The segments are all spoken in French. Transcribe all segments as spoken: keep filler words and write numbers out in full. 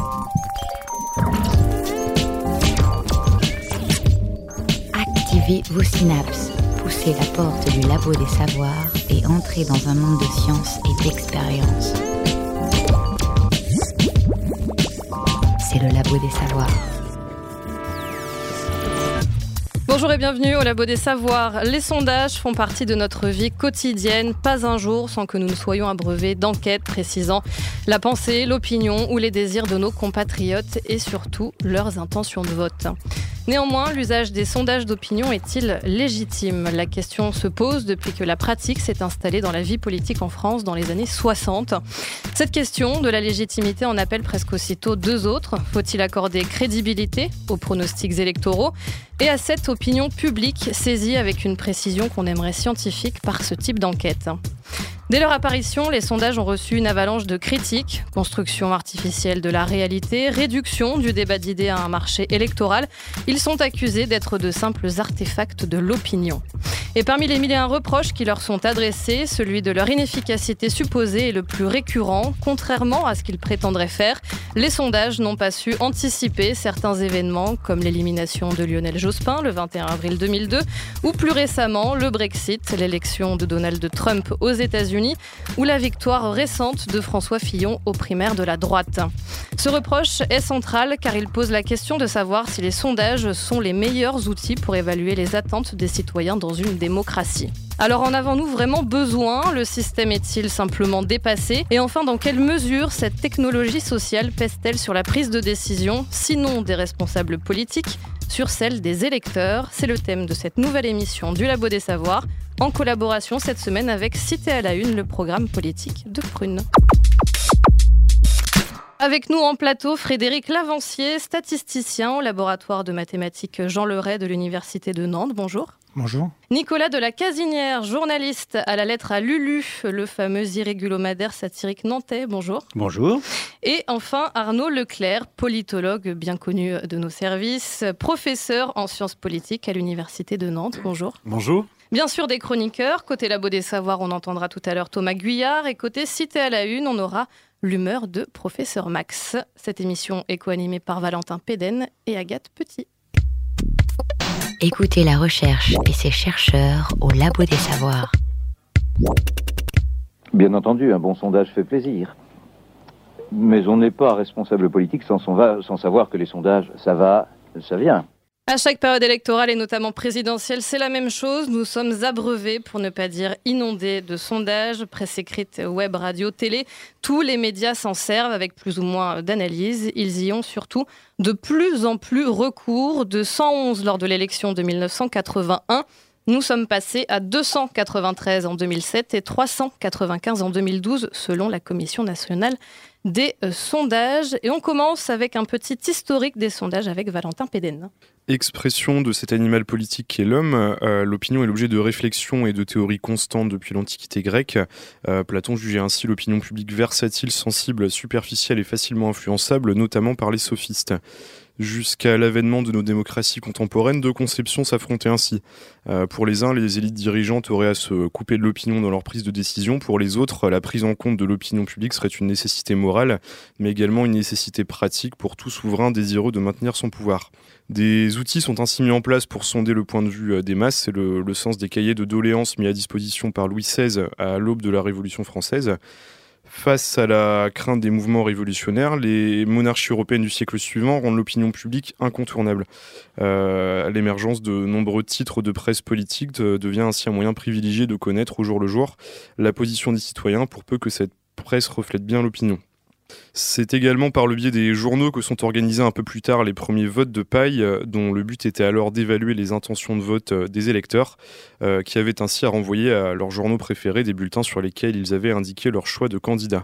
Activez vos synapses, poussez la porte du labo des savoirs et entrez dans un monde de science et d'expérience. C'est le labo des savoirs. Bonjour et bienvenue au Labo des Savoirs. Les sondages font partie de notre vie quotidienne, pas un jour sans que nous ne soyons abreuvés d'enquêtes précisant la pensée, l'opinion ou les désirs de nos compatriotes et surtout leurs intentions de vote. Néanmoins, l'usage des sondages d'opinion est-il légitime ? La question se pose depuis que la pratique s'est installée dans la vie politique en France dans les années soixante. Cette question de la légitimité en appelle presque aussitôt deux autres. Faut-il accorder crédibilité aux pronostics électoraux et à cette opinion publique saisie avec une précision qu'on aimerait scientifique par ce type d'enquête ? Dès leur apparition, les sondages ont reçu une avalanche de critiques, construction artificielle de la réalité, réduction du débat d'idées à un marché électoral. Ils sont accusés d'être de simples artefacts de l'opinion. Et parmi les mille et un reproches qui leur sont adressés, celui de leur inefficacité supposée est le plus récurrent. Contrairement à ce qu'ils prétendraient faire, les sondages n'ont pas su anticiper certains événements comme l'élimination de Lionel Jospin le vingt et un avril deux mille deux ou plus récemment le Brexit, l'élection de Donald Trump aux États-Unis ou la victoire récente de François Fillon aux primaires de la droite. Ce reproche est central car il pose la question de savoir si les sondages sont les meilleurs outils pour évaluer les attentes des citoyens dans une démocratie. Alors en avons-nous vraiment besoin ? Le système est-il simplement dépassé ? Et enfin, dans quelle mesure cette technologie sociale pèse-t-elle sur la prise de décision, sinon des responsables politiques, sur celle des électeurs ? C'est le thème de cette nouvelle émission du Labo des Savoirs, en collaboration cette semaine avec Cité à la Une, le programme politique de Prune. Avec nous en plateau, Frédéric Lavancier, statisticien au laboratoire de mathématiques Jean Leray de l'Université de Nantes. Bonjour. Bonjour. Nicolas de la Casinière, journaliste à la lettre à Lulu, le fameux irrégulomadaire satirique nantais. Bonjour. Bonjour. Et enfin Arnaud Leclerc, politologue bien connu de nos services, professeur en sciences politiques à l'Université de Nantes. Bonjour. Bonjour. Bien sûr des chroniqueurs. Côté Labo des Savoirs, on entendra tout à l'heure Thomas Guyard. Et côté Cité à la Une, on aura l'humeur de Professeur Max. Cette émission est co-animée par Valentin Péden et Agathe Petit. Écoutez la recherche et ses chercheurs au Labo des Savoirs. Bien entendu, un bon sondage fait plaisir. Mais on n'est pas responsable politique sans, son va, sans savoir que les sondages, ça va, ça vient. À chaque période électorale et notamment présidentielle, c'est la même chose. Nous sommes abreuvés, pour ne pas dire inondés, de sondages, presse écrite, web, radio, télé. Tous les médias s'en servent avec plus ou moins d'analyse. Ils y ont surtout de plus en plus recours. De cent onze lors de l'élection de dix-neuf cent quatre-vingt-un, nous sommes passés à deux cent quatre-vingt-treize en deux mille sept et trois cent quatre-vingt-quinze en deux mille douze, selon la Commission nationale des euh, sondages. Et on commence avec un petit historique des sondages avec Valentin Péden. Expression de cet animal politique qu'est l'homme, euh, l'opinion est l'objet de réflexions et de théories constantes depuis l'Antiquité grecque. Euh, Platon jugeait ainsi l'opinion publique versatile, sensible, superficielle et facilement influençable, notamment par les sophistes. Jusqu'à l'avènement de nos démocraties contemporaines, deux conceptions s'affrontaient ainsi. Euh, pour les uns, les élites dirigeantes auraient à se couper de l'opinion dans leur prise de décision. Pour les autres, la prise en compte de l'opinion publique serait une nécessité morale, mais également une nécessité pratique pour tout souverain désireux de maintenir son pouvoir. Des outils sont ainsi mis en place pour sonder le point de vue des masses. C'est le, le sens des cahiers de doléances mis à disposition par Louis seize à l'aube de la Révolution française. Face à la crainte des mouvements révolutionnaires, les monarchies européennes du siècle suivant rendent l'opinion publique incontournable. Euh, l'émergence de nombreux titres de presse politique de, devient ainsi un moyen privilégié de connaître au jour le jour la position des citoyens pour peu que cette presse reflète bien l'opinion. C'est également par le biais des journaux que sont organisés un peu plus tard les premiers votes de paille, dont le but était alors d'évaluer les intentions de vote des électeurs, euh, qui avaient ainsi à renvoyer à leurs journaux préférés des bulletins sur lesquels ils avaient indiqué leur choix de candidat.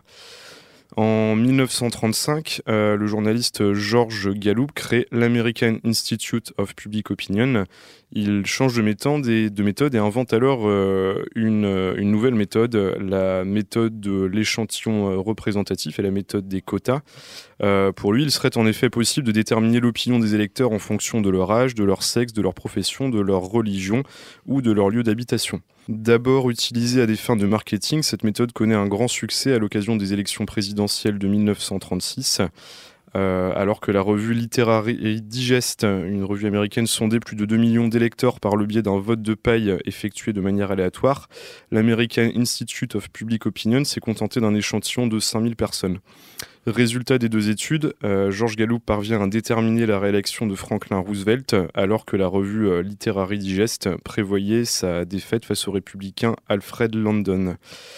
En dix-neuf cent trente-cinq, euh, le journaliste George Gallup crée l'American Institute of Public Opinion. Il change de méthode et, de méthode et invente alors euh, une, une nouvelle méthode, la méthode de l'échantillon représentatif et la méthode des quotas. Euh, pour lui, il serait en effet possible de déterminer l'opinion des électeurs en fonction de leur âge, de leur sexe, de leur profession, de leur religion ou de leur lieu d'habitation. D'abord utilisée à des fins de marketing, cette méthode connaît un grand succès à l'occasion des élections présidentielles de dix-neuf cent trente-six. euh, alors que la revue Literary Digest, une revue américaine, sondait plus de deux millions d'électeurs par le biais d'un vote de paille effectué de manière aléatoire. L'American Institute of Public Opinion s'est contenté d'un échantillon de cinq mille personnes. Résultat des deux études, euh, George Gallup parvient à déterminer la réélection de Franklin Roosevelt, alors que la revue euh, Literary Digest prévoyait sa défaite face au républicain Alfred Landon.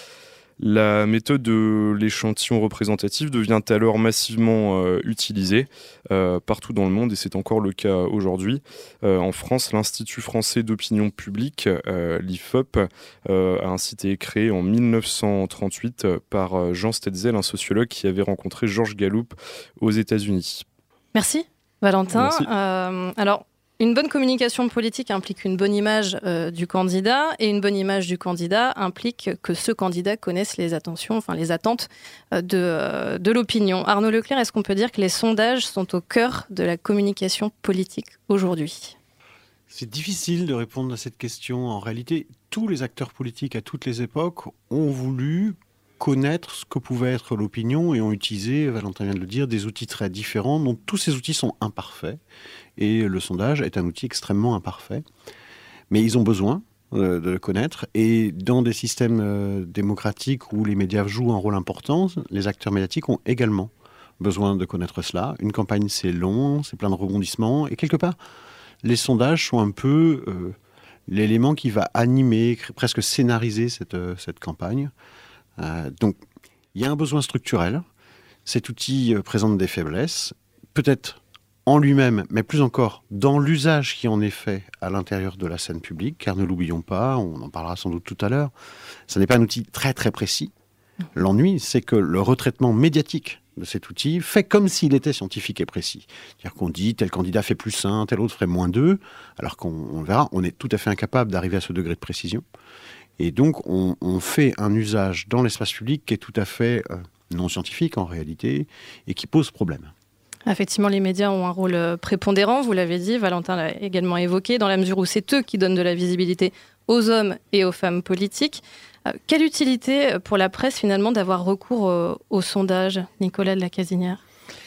La méthode de l'échantillon représentatif devient alors massivement euh, utilisée euh, partout dans le monde, et c'est encore le cas aujourd'hui. Euh, en France, l'Institut français d'opinion publique, euh, l'I F O P, euh, a ainsi été créé en mille neuf cent trente-huit par Jean Stetzel, un sociologue qui avait rencontré George Gallup aux États-Unis. Merci, Valentin. Merci. Euh, alors, une bonne communication politique implique une bonne image euh, du candidat, et une bonne image du candidat implique que ce candidat connaisse les attentions, enfin les attentes euh, de, euh, de l'opinion. Arnaud Leclerc, est-ce qu'on peut dire que les sondages sont au cœur de la communication politique aujourd'hui ? C'est difficile de répondre à cette question. En réalité, tous les acteurs politiques à toutes les époques ont voulu connaître ce que pouvait être l'opinion et ont utilisé, Valentin vient de le dire, des outils très différents, dont tous ces outils sont imparfaits. Et le sondage est un outil extrêmement imparfait. Mais ils ont besoin euh, de le connaître. Et dans des systèmes euh, démocratiques où les médias jouent un rôle important, les acteurs médiatiques ont également besoin de connaître cela. Une campagne, c'est long, c'est plein de rebondissements. Et quelque part, les sondages sont un peu euh, l'élément qui va animer, presque scénariser cette, euh, cette campagne. Euh, donc, il y a un besoin structurel. Cet outil euh, présente des faiblesses, peut-être en lui-même, mais plus encore dans l'usage qui en est fait à l'intérieur de la scène publique, car ne l'oublions pas, on en parlera sans doute tout à l'heure, ce n'est pas un outil très très précis. L'ennui, c'est que le retraitement médiatique de cet outil fait comme s'il était scientifique et précis. C'est-à-dire qu'on dit tel candidat fait plus un, tel autre ferait moins deux, alors qu'on on verra, on est tout à fait incapable d'arriver à ce degré de précision. Et donc, on, on fait un usage dans l'espace public qui est tout à fait euh, non scientifique en réalité et qui pose problème. Effectivement, les médias ont un rôle prépondérant, vous l'avez dit, Valentin l'a également évoqué, dans la mesure où c'est eux qui donnent de la visibilité aux hommes et aux femmes politiques. Euh, quelle utilité pour la presse, finalement, d'avoir recours euh, au sondage, Nicolas de la Casinière ?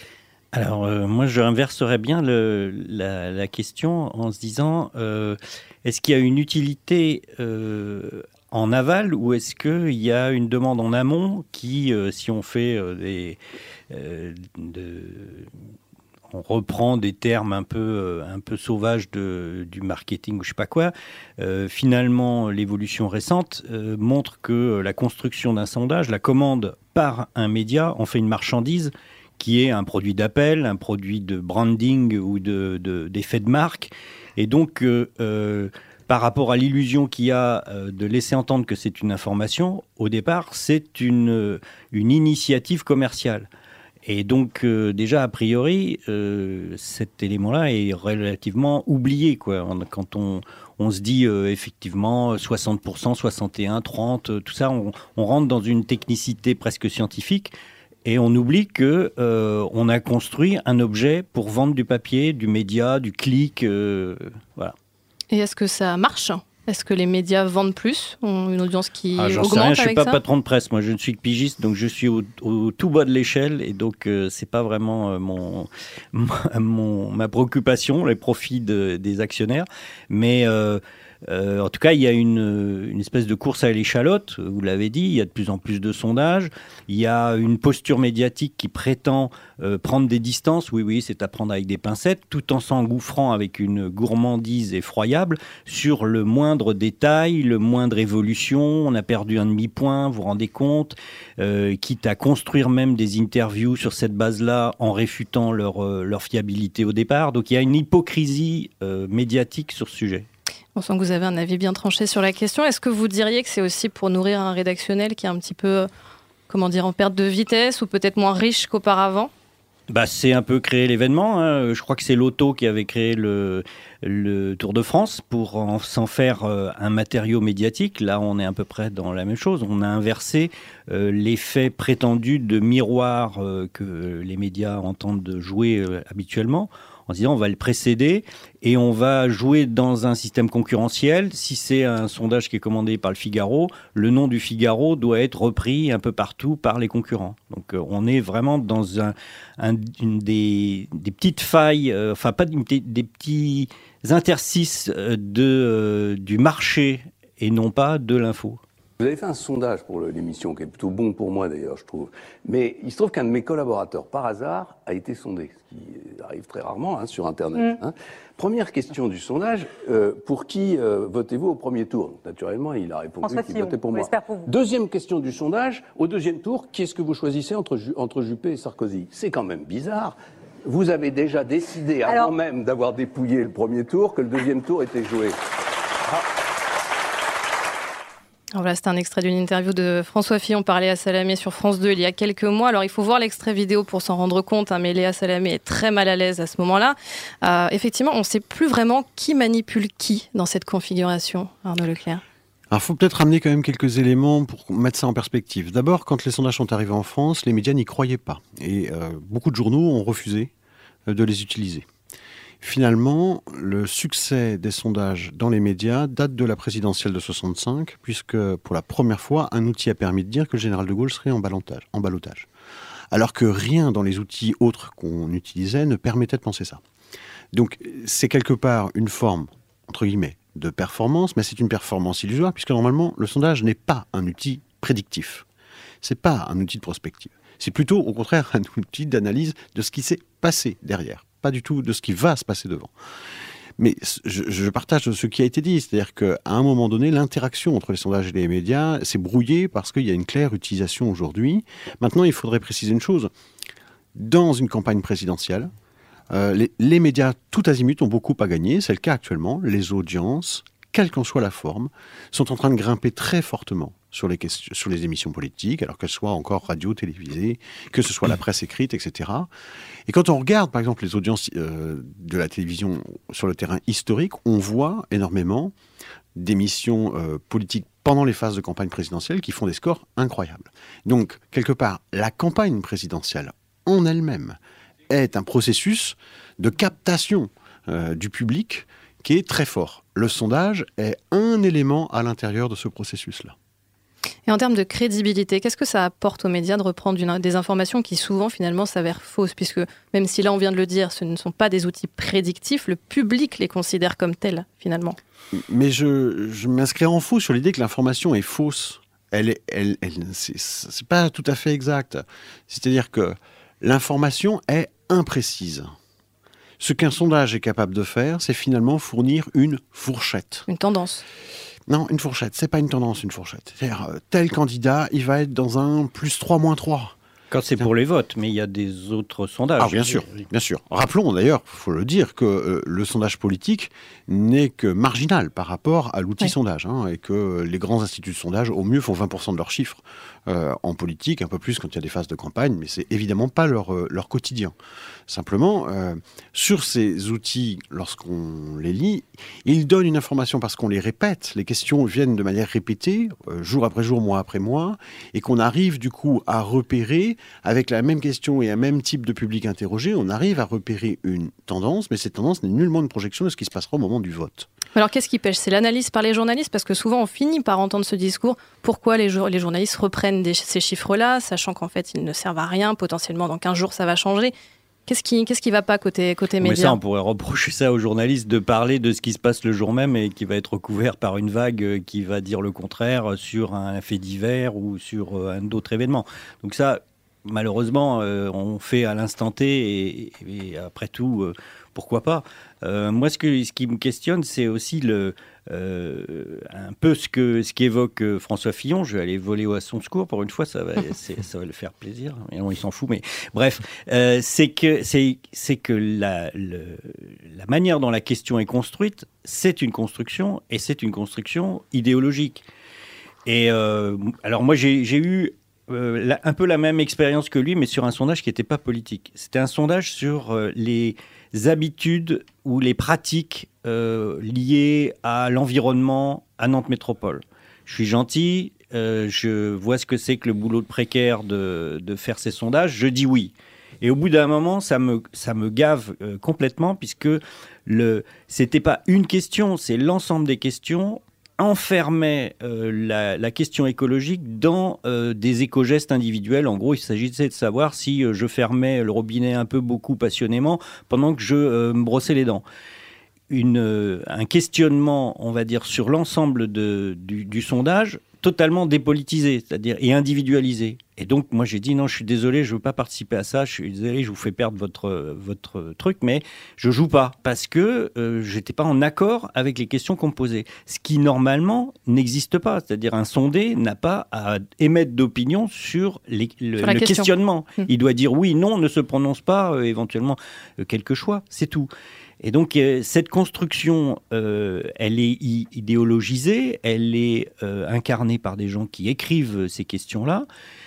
Alors, euh, moi, je inverserais bien le, la, la question en se disant, euh, est-ce qu'il y a une utilité euh, en aval, ou est-ce qu'il y a une demande en amont qui, euh, si on fait euh, des... Euh, de, on reprend des termes un peu, euh, un peu sauvages de, du marketing ou je sais pas quoi, euh, finalement, l'évolution récente euh, montre que la construction d'un sondage, la commande par un média, en fait une marchandise qui est un produit d'appel, un produit de branding ou de, de, d'effet de marque. Et donc, euh, euh, par rapport à l'illusion qu'il y a euh, de laisser entendre que c'est une information, au départ, c'est une, une initiative commerciale. Et donc, euh, déjà, a priori, euh, cet élément-là est relativement oublié, quoi. Quand on, on se dit, euh, effectivement, soixante pour cent, soixante et un, trente, tout ça, on, on rentre dans une technicité presque scientifique et on oublie que euh, on a construit un objet pour vendre du papier, du média, du clic, euh, voilà. Et est-ce que ça marche ? Est-ce que les médias vendent plus ? Ont une audience qui ah, j'en augmente sais rien, je ne suis avec pas ça ? patron de presse, moi je ne suis que pigiste, donc je suis au, au tout bas de l'échelle et donc euh, ce n'est pas vraiment euh, mon, mon, ma préoccupation, les profits de, des actionnaires. Mais euh, euh, en tout cas, il y a une, une espèce de course à l'échalote, vous l'avez dit, il y a de plus en plus de sondages, il y a une posture médiatique qui prétend euh, prendre des distances, oui, oui, c'est à prendre avec des pincettes, tout en s'engouffrant avec une gourmandise effroyable sur le moindre détail, le moindre évolution, on a perdu un demi-point, vous vous rendez compte, euh, quitte à construire même des interviews sur cette base-là en réfutant leur, euh, leur fiabilité au départ. Donc il y a une hypocrisie euh, médiatique sur ce sujet. On sent que vous avez un avis bien tranché sur la question. Est-ce que vous diriez que c'est aussi pour nourrir un rédactionnel qui est un petit peu, comment dire, en perte de vitesse ou peut-être moins riche qu'auparavant ? Bah, c'est un peu créer l'événement. Hein. Je crois que c'est Lotto qui avait créé le, le Tour de France pour en, s'en faire euh, un matériau médiatique. Là, on est à peu près dans la même chose. On a inversé euh, l'effet prétendu de miroir euh, que les médias entendent jouer euh, habituellement, en se disant on va le précéder et on va jouer dans un système concurrentiel. Si c'est un sondage qui est commandé par le Figaro, le nom du Figaro doit être repris un peu partout par les concurrents. Donc euh, on est vraiment dans un, un, une des, des petites failles, euh, enfin pas des, des petits interstices de, euh, du marché et non pas de l'info. Vous avez fait un sondage pour l'émission, qui est plutôt bon pour moi d'ailleurs, je trouve. Mais il se trouve qu'un de mes collaborateurs, par hasard, a été sondé, ce qui arrive très rarement hein, sur Internet. Mmh. Hein. Première question du sondage, euh, pour qui euh, votez-vous au premier tour? Naturellement, il a répondu François qu'il Fillon, votait pour moi. pour vous. Deuxième question du sondage, au deuxième tour, qui est-ce que vous choisissez entre, entre Juppé et Sarkozy? C'est quand même bizarre. Vous avez déjà décidé, avant Alors... même d'avoir dépouillé le premier tour, que le deuxième tour était joué. Ah. Alors voilà, c'est un extrait d'une interview de François Fillon par Léa Salamé sur France deux il y a quelques mois. Alors il faut voir l'extrait vidéo pour s'en rendre compte, hein, mais Léa Salamé est très mal à l'aise à ce moment-là. Euh, effectivement, on ne sait plus vraiment qui manipule qui dans cette configuration, Arnaud Leclerc. Alors il faut peut-être ramener quand même quelques éléments pour mettre ça en perspective. D'abord, quand les sondages sont arrivés en France, les médias n'y croyaient pas. Et euh, beaucoup de journaux ont refusé euh, de les utiliser. Finalement, le succès des sondages dans les médias date de la présidentielle de soixante-cinq, puisque pour la première fois, un outil a permis de dire que le général de Gaulle serait en ballottage, en ballottage. Alors que rien dans les outils autres qu'on utilisait ne permettait de penser ça. Donc c'est quelque part une forme, entre guillemets, de performance, mais c'est une performance illusoire, puisque normalement, le sondage n'est pas un outil prédictif. C'est pas un outil de prospective. C'est plutôt, au contraire, un outil d'analyse de ce qui s'est passé derrière. Pas du tout de ce qui va se passer devant. Mais je, je partage ce qui a été dit, c'est-à-dire qu'à un moment donné, l'interaction entre les sondages et les médias s'est brouillée parce qu'il y a une claire utilisation aujourd'hui. Maintenant, il faudrait préciser une chose. Dans une campagne présidentielle, euh, les, les médias tout azimut ont beaucoup à gagner. C'est le cas actuellement. Les audiences, quelle qu'en soit la forme, sont en train de grimper très fortement sur les, questions, sur les émissions politiques, alors qu'elles soient encore radio, télévisées, que ce soit la presse écrite, et cetera. Et quand on regarde, par exemple, les audiences euh, de la télévision sur le terrain historique, on voit énormément d'émissions euh, politiques pendant les phases de campagne présidentielle qui font des scores incroyables. Donc, quelque part, la campagne présidentielle en elle-même est un processus de captation euh, du public qui est très fort. Le sondage est un élément à l'intérieur de ce processus-là. Et en termes de crédibilité, qu'est-ce que ça apporte aux médias de reprendre une, des informations qui souvent finalement s'avèrent fausses, puisque même si là on vient de le dire, ce ne sont pas des outils prédictifs, le public les considère comme tels finalement. Mais je, je m'inscris en faux sur l'idée que l'information est fausse. Elle est, elle, elle, c'est, c'est pas tout à fait exact. C'est-à-dire que l'information est imprécise. Ce qu'un sondage est capable de faire, c'est finalement fournir une fourchette. Une tendance. Non, une fourchette, c'est pas une tendance, une fourchette. C'est-à-dire, euh, tel candidat, il va être dans un plus trois, moins trois. Quand c'est pour les votes, mais il y a des autres sondages. Ah, bien sûr, bien sûr. Rappelons d'ailleurs, il faut le dire, que euh, le sondage politique n'est que marginal par rapport à l'outil oui. sondage, hein, et que les grands instituts de sondage, au mieux, font vingt pour cent de leurs chiffres euh, en politique, un peu plus quand il y a des phases de campagne, mais c'est évidemment pas leur, euh, leur quotidien. Simplement, euh, sur ces outils, lorsqu'on les lit, ils donnent une information parce qu'on les répète, les questions viennent de manière répétée, euh, jour après jour, mois après mois, et qu'on arrive du coup à repérer, avec la même question et un même type de public interrogé, on arrive à repérer une tendance, mais cette tendance n'est nullement une projection de ce qui se passera au moment du vote. Alors qu'est-ce qui pêche ? C'est l'analyse par les journalistes, parce que souvent on finit par entendre ce discours. Pourquoi les, jour- les journalistes reprennent des, ces chiffres-là, sachant qu'en fait ils ne servent à rien, potentiellement dans quinze jours ça va changer. Qu'est-ce qui qu'est-ce qui va pas côté côté médias ? Mais ça, on pourrait reprocher ça aux journalistes de parler de ce qui se passe le jour même et qui va être recouvert par une vague qui va dire le contraire sur un fait divers ou sur un autre événement. Donc ça, malheureusement, euh, on fait à l'instant T et, et après tout, euh, pourquoi pas. Euh, moi, ce, que, ce qui me questionne, c'est aussi le, euh, un peu ce, que, ce qu'évoque François Fillon. Je vais aller voler à son secours. Pour une fois, ça va, c'est, ça va le faire plaisir. Et non, il s'en fout. Mais bref, euh, c'est que, c'est, c'est que la, le, la manière dont la question est construite, c'est une construction et c'est une construction idéologique. Et euh, alors moi, j'ai, j'ai eu euh, la, un peu la même expérience que lui, mais sur un sondage qui n'était pas politique. C'était un sondage sur euh, les habitudes ou les pratiques euh, liées à l'environnement à Nantes Métropole. Je suis gentil, euh, je vois ce que c'est que le boulot de précaire de, de faire ces sondages, je dis oui. Et au bout d'un moment, ça me, ça me gave euh, complètement, puisque le, c'était pas une question, c'est l'ensemble des questions enfermait euh, la, la question écologique dans euh, des éco-gestes individuels. En gros, il s'agissait de savoir si euh, je fermais le robinet un peu beaucoup passionnément pendant que je euh, me brossais les dents. Une, euh, un questionnement, on va dire, sur l'ensemble de, du, du sondage, totalement dépolitisé, c'est-à-dire et individualisé. Et donc, moi, j'ai dit non, je suis désolé, je ne veux pas participer à ça, je suis désolé, je vous fais perdre votre, votre truc, mais je ne joue pas parce que euh, je n'étais pas en accord avec les questions qu'on me posait. Ce qui, normalement, n'existe pas. C'est-à-dire, un sondé n'a pas à émettre d'opinion sur, les, le, sur le question. questionnement. Mmh. Il doit dire oui, non, ne se prononce pas, euh, éventuellement, euh, quelques choix, c'est tout. Et donc, euh, cette construction, euh, elle est i- idéologisée, elle est euh, incarnée par des gens qui écrivent ces questions-là,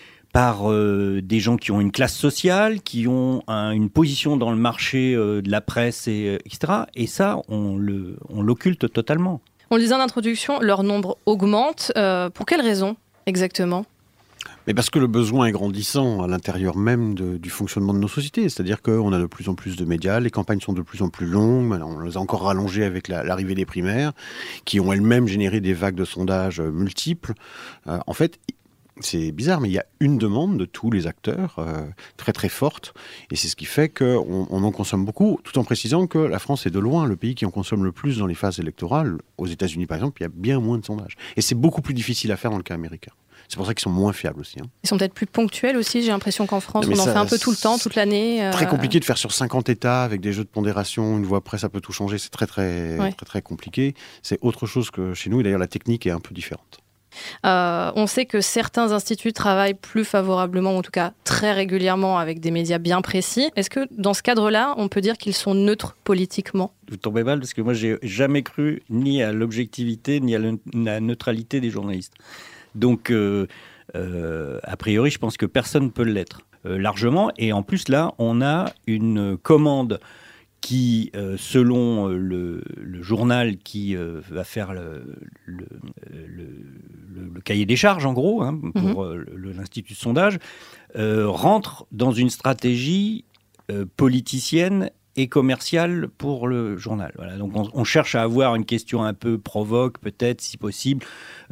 par euh, des gens qui ont une classe sociale, qui ont un, une position dans le marché euh, de la presse, et, euh, et cetera. Et ça, on, le, on l'occulte totalement. On le disait en introduction, leur nombre augmente. Euh, pour quelles raisons exactement ? Mais parce que le besoin est grandissant à l'intérieur même de, du fonctionnement de nos sociétés. C'est-à-dire qu'on a de plus en plus de médias, les campagnes sont de plus en plus longues, on les a encore rallongées avec la, l'arrivée des primaires, qui ont elles-mêmes généré des vagues de sondages multiples. Euh, en fait, c'est bizarre, mais il y a une demande de tous les acteurs euh, très très forte, et c'est ce qui fait qu'on on en consomme beaucoup, tout en précisant que la France est de loin le pays qui en consomme le plus dans les phases électorales. Aux États-Unis, par exemple, il y a bien moins de sondages. Et c'est beaucoup plus difficile à faire dans le cas américain. C'est pour ça qu'ils sont moins fiables aussi. Hein. Ils sont peut-être plus ponctuels aussi, j'ai l'impression qu'en France, mais on ça, en fait un peu tout le temps, toute l'année. Euh... Très compliqué de faire sur cinquante États avec des jeux de pondération, une voix près, ça peut tout changer, c'est très très, ouais. très très compliqué. C'est autre chose que chez nous, et d'ailleurs la technique est un peu différente. Euh, on sait que certains instituts travaillent plus favorablement, ou en tout cas très régulièrement, avec des médias bien précis. Est-ce que dans ce cadre-là, on peut dire qu'ils sont neutres politiquement ? Vous tombez mal parce que moi, j'ai jamais cru ni à l'objectivité ni à la neutralité des journalistes. Donc, euh, euh, a priori, je pense que personne ne peut l'être euh, largement. Et en plus, là, on a une commande qui, euh, selon le, le journal qui euh, va faire le, le, le, le, le cahier des charges, en gros, hein, pour mm-hmm. euh, l'Institut de sondage, euh, rentre dans une stratégie euh, politicienne et commerciale pour le journal. Voilà. Donc on, on cherche à avoir une question un peu provoque, peut-être, si possible,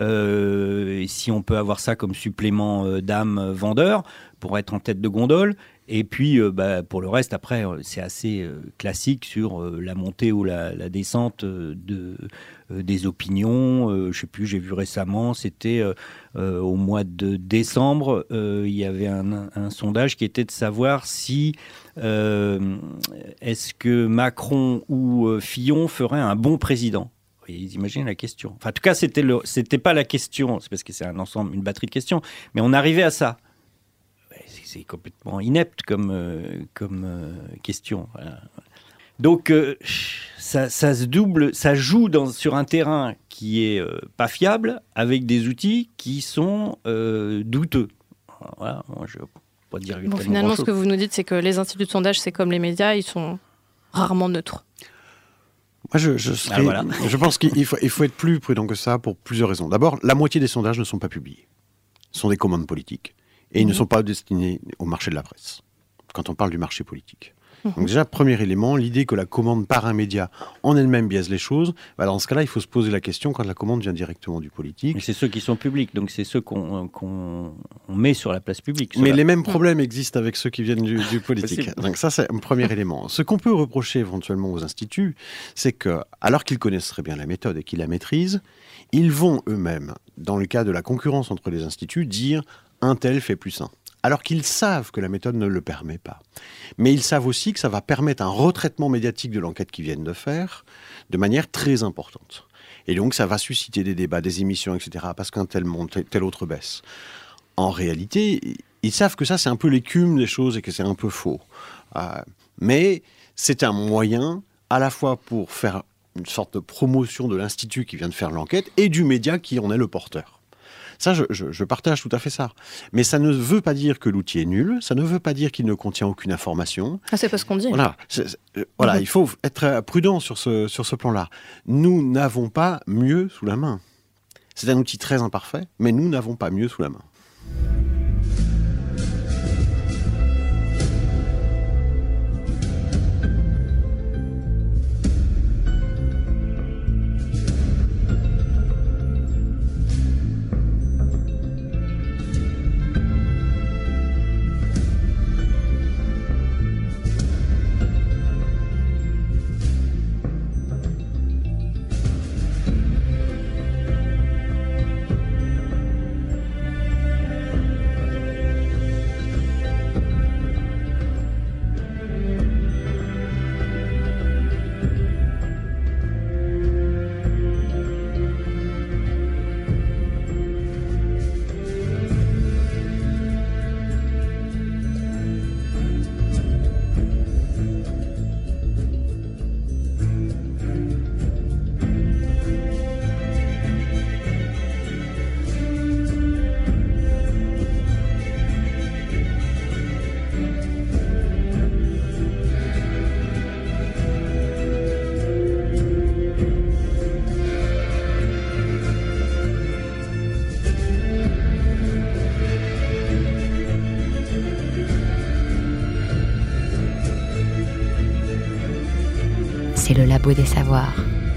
euh, et si on peut avoir ça comme supplément euh, d'âme vendeur pour être en tête de gondole. Et puis, euh, bah, pour le reste, après, c'est assez euh, classique sur euh, la montée ou la, la descente euh, de, euh, des opinions. Euh, je ne sais plus, j'ai vu récemment, c'était euh, euh, au mois de décembre, euh, il y avait un, un sondage qui était de savoir si euh, est-ce que Macron ou euh, Fillon feraient un bon président. Vous imaginez la question. Enfin, en tout cas, c'était le, c'était pas la question, c'est parce que c'est un ensemble, une batterie de questions, mais on arrivait à ça. C'est complètement inepte comme, euh, comme euh, question. Voilà. Donc, euh, ça, ça se double, ça joue dans, sur un terrain qui est euh, pas fiable, avec des outils qui sont euh, douteux. Voilà, moi, je ne peux pas dire bon, finalement, grand-chose. Ce que vous nous dites, c'est que les instituts de sondage, c'est comme les médias, ils sont rarement neutres. Moi, je, je, serais, ah, voilà. je pense qu'il faut, il faut être plus prudent que ça pour plusieurs raisons. D'abord, la moitié des sondages ne sont pas publiés. Ce sont des commandes politiques. Et ils mmh. ne sont pas destinés au marché de la presse, quand on parle du marché politique. Mmh. Donc déjà, premier élément, l'idée que la commande par un média en elle-même biaise les choses, bah dans ce cas-là, il faut se poser la question quand la commande vient directement du politique. Mais c'est ceux qui sont publics, donc c'est ceux qu'on, qu'on on met sur la place publique. Mais la... les mêmes problèmes existent avec ceux qui viennent du, du politique. Donc ça, c'est un premier élément. Ce qu'on peut reprocher éventuellement aux instituts, c'est que, alors qu'ils connaissent très bien la méthode et qu'ils la maîtrisent, ils vont eux-mêmes, dans le cas de la concurrence entre les instituts, dire un tel fait plus un. Alors qu'ils savent que la méthode ne le permet pas. Mais ils savent aussi que ça va permettre un retraitement médiatique de l'enquête qu'ils viennent de faire de manière très importante. Et donc ça va susciter des débats, des émissions, et cetera. Parce qu'un tel monte, tel autre baisse. En réalité, ils savent que ça c'est un peu l'écume des choses et que c'est un peu faux. Euh, mais c'est un moyen à la fois pour faire une sorte de promotion de l'institut qui vient de faire l'enquête et du média qui en est le porteur. Ça, je, je, je partage tout à fait ça. Mais ça ne veut pas dire que l'outil est nul, ça ne veut pas dire qu'il ne contient aucune information. Ah, c'est pas ce qu'on dit. Voilà, c'est, c'est, voilà mmh. il faut être prudent sur ce, sur ce plan-là. Nous n'avons pas mieux sous la main. C'est un outil très imparfait, mais nous n'avons pas mieux sous la main. C'est le Labo des Savoirs.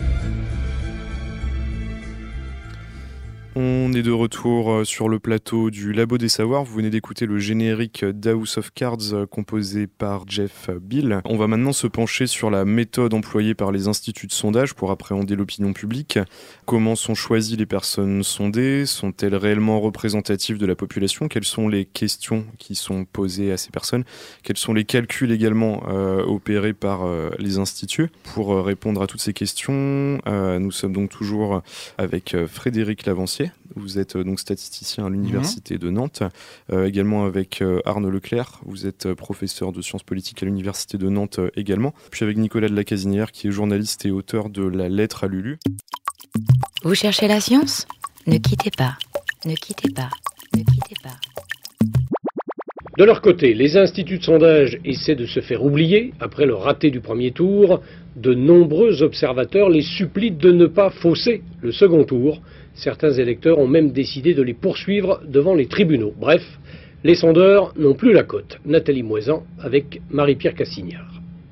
On est de retour sur le plateau du Labo des Savoirs. Vous venez d'écouter le générique d'House of Cards composé par Jeff Beal. On va maintenant se pencher sur la méthode employée par les instituts de sondage pour appréhender l'opinion publique. Comment sont choisies les personnes sondées ? Sont-elles réellement représentatives de la population ? Quelles sont les questions qui sont posées à ces personnes ? Quels sont les calculs également euh, opérés par euh, les instituts ? Pour euh, répondre à toutes ces questions, euh, nous sommes donc toujours avec euh, Frédéric Lavancier. Vous êtes euh, donc statisticien à l'Université mmh. de Nantes, euh, également avec euh, Arnaud Leclerc. Vous êtes euh, professeur de sciences politiques à l'Université de Nantes euh, également. Puis avec Nicolas de la Casinière, qui est journaliste et auteur de La Lettre à Lulu. Vous cherchez la science ? Ne quittez pas, ne quittez pas, ne quittez pas. De leur côté, les instituts de sondage essaient de se faire oublier. Après le raté du premier tour, de nombreux observateurs les supplient de ne pas fausser le second tour. Certains électeurs ont même décidé de les poursuivre devant les tribunaux. Bref, les sondeurs n'ont plus la cote. Nathalie Moisan avec Marie-Pierre Cassignard.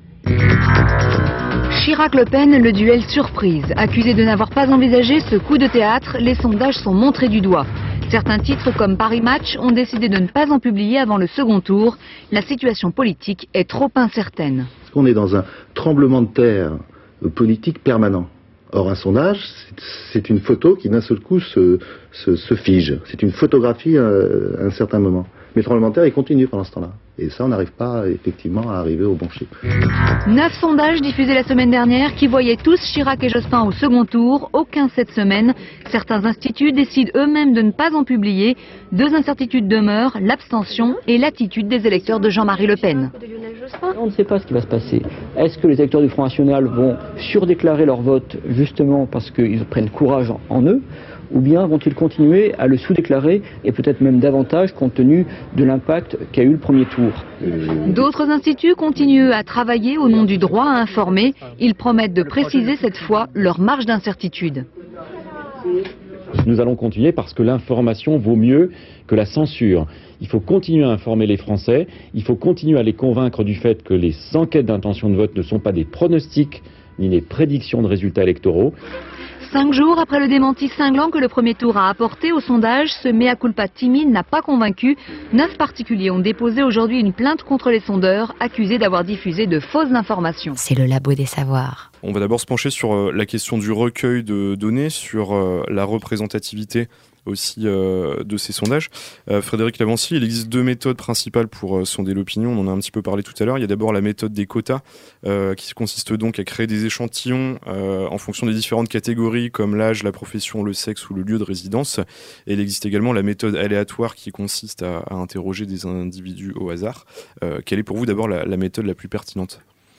Chirac-Le Pen, le duel surprise. Accusés de n'avoir pas envisagé ce coup de théâtre, les sondages sont montrés du doigt. Certains titres comme Paris Match ont décidé de ne pas en publier avant le second tour. La situation politique est trop incertaine. On est dans un tremblement de terre politique permanent. Or, un sondage, c'est une photo qui d'un seul coup se, se, se fige. C'est une photographie à un certain moment. Mais le tremblement de terre, il continue pendant ce temps-là. Et ça, on n'arrive pas effectivement à arriver au bon chiffre. Neuf sondages diffusés la semaine dernière qui voyaient tous Chirac et Jospin au second tour. Aucun cette semaine. Certains instituts décident eux-mêmes de ne pas en publier. Deux incertitudes demeurent, l'abstention et l'attitude des électeurs de Jean-Marie Le Pen. On ne sait pas ce qui va se passer. Est-ce que les électeurs du Front National vont surdéclarer leur vote justement parce qu'ils prennent courage en eux ? Ou bien vont-ils continuer à le sous-déclarer et peut-être même davantage compte tenu de l'impact qu'a eu le premier tour. D'autres instituts continuent à travailler au nom du droit à informer. Ils promettent de préciser cette fois leur marge d'incertitude. Nous allons continuer parce que l'information vaut mieux que la censure. Il faut continuer à informer les Français, il faut continuer à les convaincre du fait que les enquêtes d'intention de vote ne sont pas des pronostics ni des prédictions de résultats électoraux. Cinq jours après le démenti cinglant que le premier tour a apporté au sondage, ce mea culpa timide n'a pas convaincu. Neuf particuliers ont déposé aujourd'hui une plainte contre les sondeurs, accusés d'avoir diffusé de fausses informations. C'est le Labo des Savoirs. On va d'abord se pencher sur euh, la question du recueil de données, sur euh, la représentativité aussi euh, de ces sondages. Euh, Frédéric Lavancier, il existe deux méthodes principales pour euh, sonder l'opinion, on en a un petit peu parlé tout à l'heure. Il y a d'abord la méthode des quotas, euh, qui consiste donc à créer des échantillons euh, en fonction des différentes catégories comme l'âge, la profession, le sexe ou le lieu de résidence. Et il existe également la méthode aléatoire qui consiste à, à interroger des individus au hasard. Euh, quelle est pour vous d'abord la, la méthode la plus pertinente ?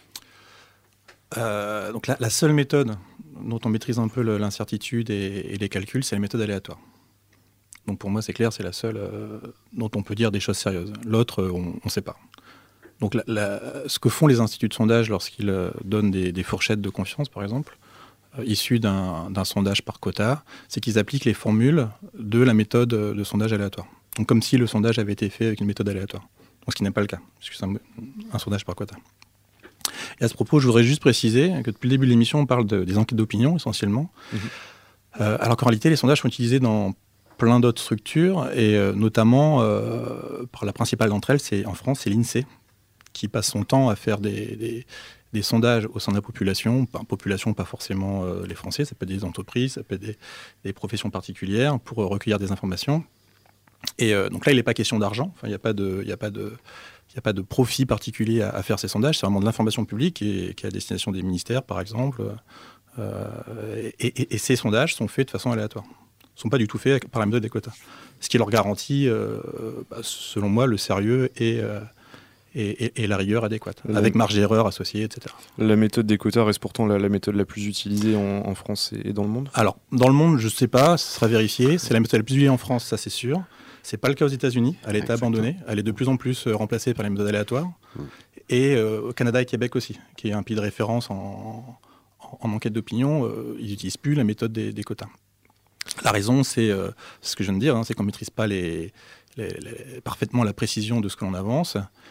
Euh, donc la, la seule méthode dont on maîtrise un peu le, l'incertitude et, et les calculs, c'est la méthode aléatoire. Donc pour moi, c'est clair, c'est la seule euh, dont on peut dire des choses sérieuses. L'autre, euh, on ne sait pas. Donc la, la, ce que font les instituts de sondage lorsqu'ils euh, donnent des, des fourchettes de confiance, par exemple, euh, issues d'un, d'un sondage par quota, c'est qu'ils appliquent les formules de la méthode de sondage aléatoire. Donc comme si le sondage avait été fait avec une méthode aléatoire. Donc ce qui n'est pas le cas, puisque c'est un, un sondage par quota. Et à ce propos, je voudrais juste préciser que depuis le début de l'émission, on parle de, des enquêtes d'opinion, essentiellement. Mmh. Euh, alors qu'en réalité, les sondages sont utilisés dans plein d'autres structures, et euh, notamment, euh, par la principale d'entre elles, c'est, en France, c'est l'INSEE, qui passe son temps à faire des, des, des sondages au sein de la population, par population, pas forcément euh, les Français, ça peut être des entreprises, ça peut être des, des professions particulières, pour euh, recueillir des informations. Et euh, donc là, il n'est pas question d'argent, enfin, il n'y a pas de... Il n'y a pas de Il n'y a pas de profit particulier à, à faire ces sondages, c'est vraiment de l'information publique qui est, qui est à destination des ministères, par exemple. Euh, et, et, et ces sondages sont faits de façon aléatoire. Ils ne sont pas du tout faits par la méthode des quotas. Ce qui leur garantit, euh, bah, selon moi, le sérieux et, euh, et, et, et la rigueur adéquate, mmh. avec marge d'erreur associée, et cetera. La méthode des quotas reste pourtant la, la méthode la plus utilisée en, en France et dans le monde ? Alors, dans le monde, je ne sais pas, ce sera vérifié. C'est la méthode la plus utilisée en France, ça c'est sûr. C'est pas le cas aux États-Unis, elle est abandonnée, elle est de plus en plus euh, remplacée par les méthodes aléatoires. Mmh. Et euh, au Canada et Québec aussi, qui est un pays de référence en, en, en enquête d'opinion, euh, ils n'utilisent plus la méthode des, des quotas. La raison, c'est euh, ce que je viens de dire, hein, c'est qu'on ne maîtrise pas les, les, les, parfaitement la précision de ce que l'on avance.